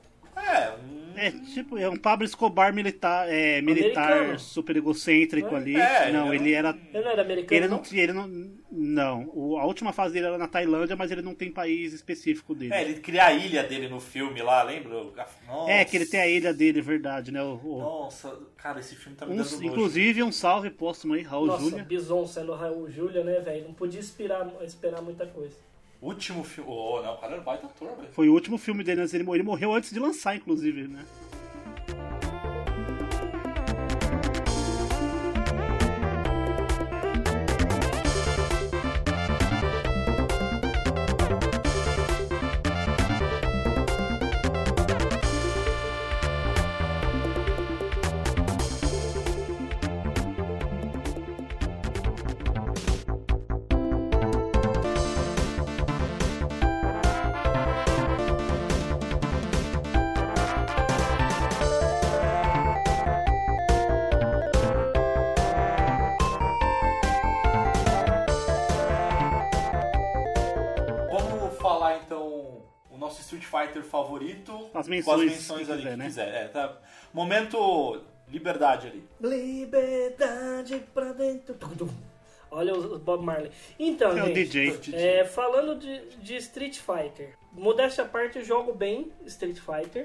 É um Pablo Escobar militar super egocêntrico ali. Ele era... Ele não era americano, não. A última fase dele era na Tailândia, mas ele não tem país específico dele. Ele cria a ilha dele no filme lá, lembra? Nossa. Que ele tem a ilha dele, verdade, né? Nossa, cara, esse filme tá me dando nojo. Inclusive, um salve póstumo aí, Raul Júlia. Nossa, Bison sendo Raul Júlia, né, velho? Não podia esperar muita coisa. Último filme... não, o cara era um baita ator, velho. Foi o último filme dele antes dele morrer. Ele morreu antes de lançar, inclusive, né? Street Fighter favorito, as menções, com as menções ali que quiser. Tá. Momento liberdade ali. Liberdade pra dentro. Olha o Bob Marley. Então, gente, o DJ. Falando de Street Fighter, modéstia à parte, eu jogo bem Street Fighter.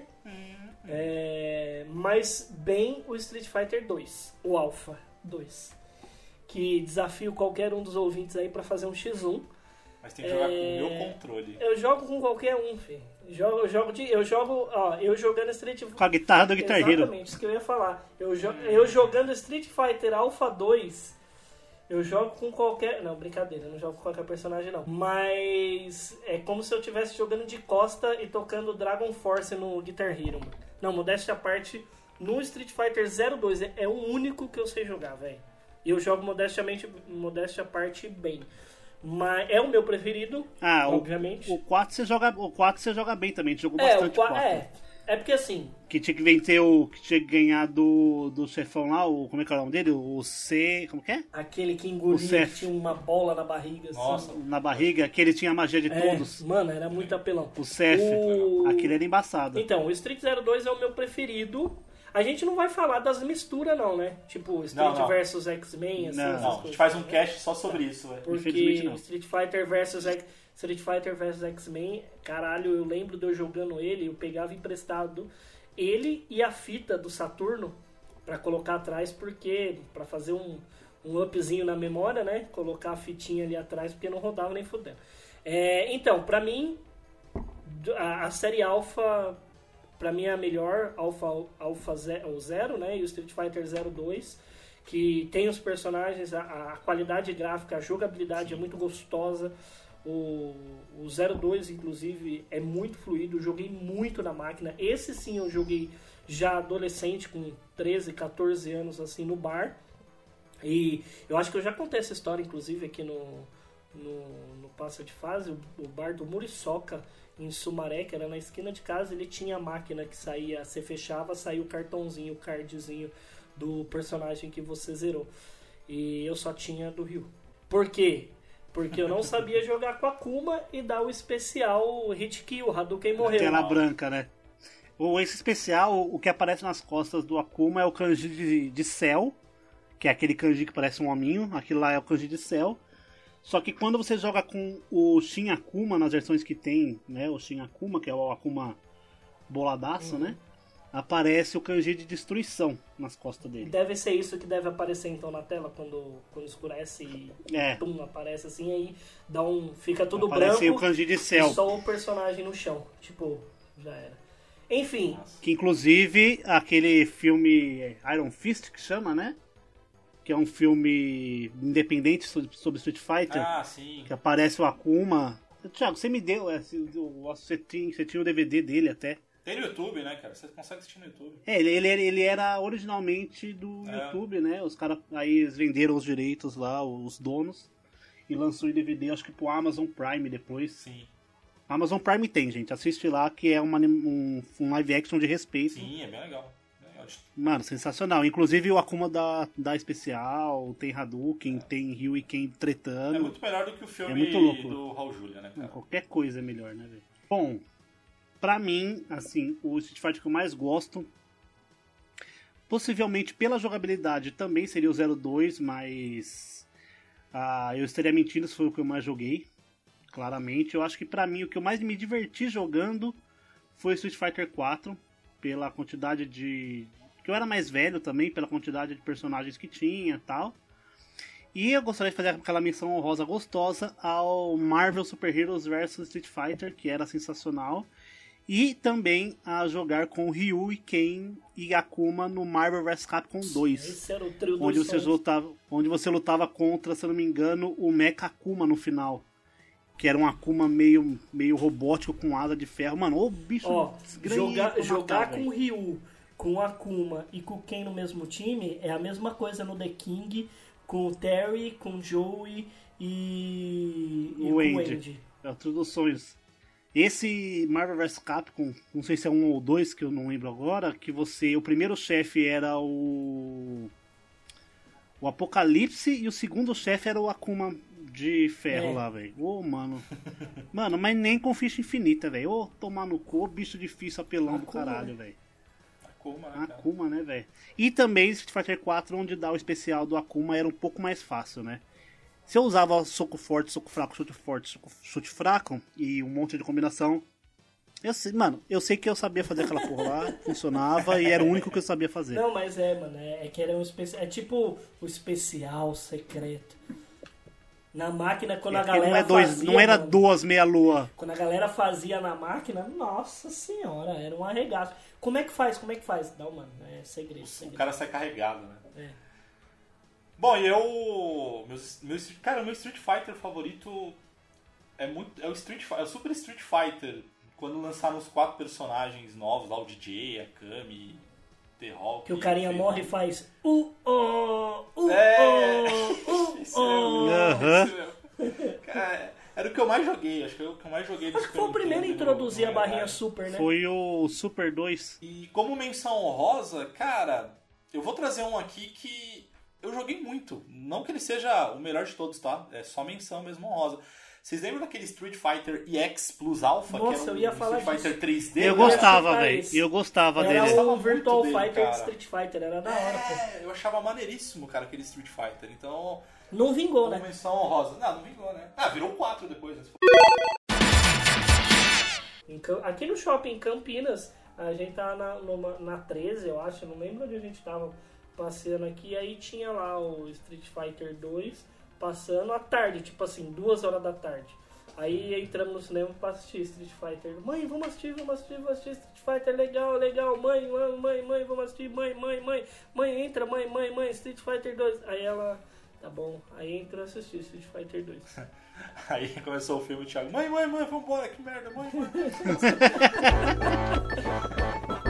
Mas bem o Street Fighter 2, o Alpha 2. Que desafio qualquer um dos ouvintes aí pra fazer um X1. Mas tem que jogar com o meu controle. Eu jogo com qualquer um, filho. Eu jogando Street Fighter. Com a guitarra do Guitar Hero. Exatamente, isso que eu ia falar. Eu jogando Street Fighter Alpha 2, eu jogo com qualquer... Não, brincadeira, eu não jogo com qualquer personagem, não. Mas é como se eu estivesse jogando de costa e tocando Dragon Force no Guitar Hero. Não, modéstia à parte, no Street Fighter 02 é o único que eu sei jogar, velho. E eu jogo modéstia à parte bem. Mas é o meu preferido, obviamente. O 4 você joga bem também, a gente jogou bastante o 4. É porque assim... Que tinha que vencer que tinha que ganhar do chefão lá, como é que é o nome dele? O C... Como que é? Aquele que engolia, que tinha uma bola na barriga. Nossa. Assim. Na barriga, que ele tinha a magia de todos. Mano, era muito apelão. O Cef, aquele era embaçado. Então, o Street 02 é o meu preferido. A gente não vai falar das misturas, não, né? Tipo, Street versus X-Men, assim, não. A gente faz um cast só sobre isso, velho. Porque Street Fighter versus Street Fighter vs X-Men, caralho, eu lembro de eu jogando ele, eu pegava emprestado ele e a fita do Saturno pra colocar atrás, porque pra fazer um upzinho na memória, né? Colocar a fitinha ali atrás, porque não rodava nem fudendo. Então, pra mim, a série Alpha, pra mim é a melhor, Alpha Zero, né? E o Street Fighter 02, que tem os personagens, a qualidade gráfica, a jogabilidade é muito gostosa. O 02, inclusive, é muito fluido, eu joguei muito na máquina. Esse sim eu joguei já adolescente, com 13, 14 anos, assim, no bar. E eu acho que eu já contei essa história, inclusive, aqui no Passa de Fase. O bar do Muriçoca, em Sumaré, que era na esquina de casa, ele tinha a máquina que saía, você fechava, saía o cartãozinho, o cardzinho do personagem que você zerou. E eu só tinha do Ryu. Por quê? Porque eu não sabia jogar com a Akuma e dar o especial Hit Kill, Hadouken morreu. Tela branca, né? Esse especial, o que aparece nas costas do Akuma é o kanji de céu, que é aquele kanji que parece um hominho. Aquilo lá é o kanji de céu. Só que quando você joga com o Shin Akuma, nas versões que tem, né, o Shin Akuma, que é o Akuma boladaço, né? Aparece o kanji de destruição nas costas dele. Deve ser isso que deve aparecer então na tela quando escurece e pum, aparece assim, aí fica tudo aparece branco o kanji de céu. E só o personagem no chão. Tipo, já era. Enfim. Que inclusive aquele filme Iron Fist que chama, né? Que é um filme independente sobre Street Fighter. Ah, sim. Que aparece o Akuma. Thiago, você me deu, você tinha o DVD dele até. Tem no YouTube, né, cara? Você consegue assistir no YouTube. Ele era originalmente do YouTube, né? Os caras aí eles venderam os direitos lá, os donos, e lançou em DVD, acho que pro Amazon Prime depois. Sim. Amazon Prime tem, gente. Assiste lá, que é um live action de respeito. Sim, é bem legal. Mano, sensacional. Inclusive o Akuma da especial, tem Hadouken, tem Ryu e Ken tretando. É muito melhor do que o filme muito louco. do Raul Julia, né, cara? Qualquer coisa é melhor, né, velho? Bom, pra mim, assim, o Street Fighter que eu mais gosto, possivelmente pela jogabilidade, também seria o 02, mas eu estaria mentindo se foi o que eu mais joguei, claramente. Eu acho que pra mim o que eu mais me diverti jogando foi o Street Fighter 4, pela quantidade de... que eu era mais velho também, pela quantidade de personagens que tinha e tal. E eu gostaria de fazer aquela menção honrosa gostosa ao Marvel Super Heroes vs Street Fighter, que era sensacional. E também a jogar com Ryu e Ken e Akuma no Marvel vs Capcom 2. Esse era o trio onde você lutava contra, se eu não me engano, o Mecha Akuma no final. Que era um Akuma meio robótico com asa de ferro. Mano, o bicho... jogar com o Ryu, com o Akuma e com o Ken no mesmo time é a mesma coisa no The King, com o Terry, com o Joey e o Andy. É outro dos sonhos. Esse Marvel vs Capcom, não sei se é 1 ou 2, que eu não lembro agora, que o primeiro chefe era o Apocalipse e o segundo chefe era o Akuma de ferro lá, velho. Ô, mano. Mano, mas nem com ficha infinita, velho. Ô, tomar no cu, bicho difícil, apelão do caralho, velho. Akuma, né, velho? E também Street Fighter 4, onde dá o especial do Akuma, era um pouco mais fácil, né? Se eu usava soco forte, soco fraco, chute forte, chute fraco e um monte de combinação, eu sei que eu sabia fazer aquela porra lá, funcionava e era o único que eu sabia fazer. Não, mas mano, é que era um especial, é tipo o especial secreto. Na máquina, quando a galera fazia... Não era duas meia-lua. Quando a galera fazia na máquina, nossa senhora, era um arregaço. Como é que faz? Não, mano, é segredo. O cara sai carregado, né? É. Bom, e meu Street Fighter favorito é o Super Street Fighter. Quando lançaram os 4 personagens novos, lá o DJ, a Kami, The Hulk... Que o carinha morre e faz... Era o que eu mais joguei, acho que é o que eu mais joguei. Acho que foi o primeiro a introduzir a barrinha Super, né? Foi o Super 2. E como menção honrosa, cara, eu vou trazer um aqui que eu joguei muito. Não que ele seja o melhor de todos, tá? É só menção mesmo honrosa. Vocês lembram daquele Street Fighter EX Plus Alpha? Nossa, que era eu ia falar Street disso. Fighter 3D? Eu gostava, velho. Eu gostava dele. Era o Virtual dele, Fighter cara. de Street Fighter, era da hora, pô. Eu achava maneiríssimo, cara, aquele Street Fighter. Então... Não vingou, né? Menção honrosa. Não vingou, né? Virou 4 depois, né? Aqui no shopping em Campinas, a gente tava na 13, eu acho, não lembro onde a gente tava passeando aqui, aí tinha lá o Street Fighter 2 passando à tarde, tipo assim, 2 horas da tarde. Aí entramos no cinema pra assistir Street Fighter. Mãe, vamos assistir Street Fighter, legal, mãe, vamos assistir, mãe, entra, mãe, Street Fighter 2. Aí ela, tá bom, aí entrou a assistir Street Fighter 2. Aí começou o filme, o Thiago, mãe, vambora, que merda, mãe.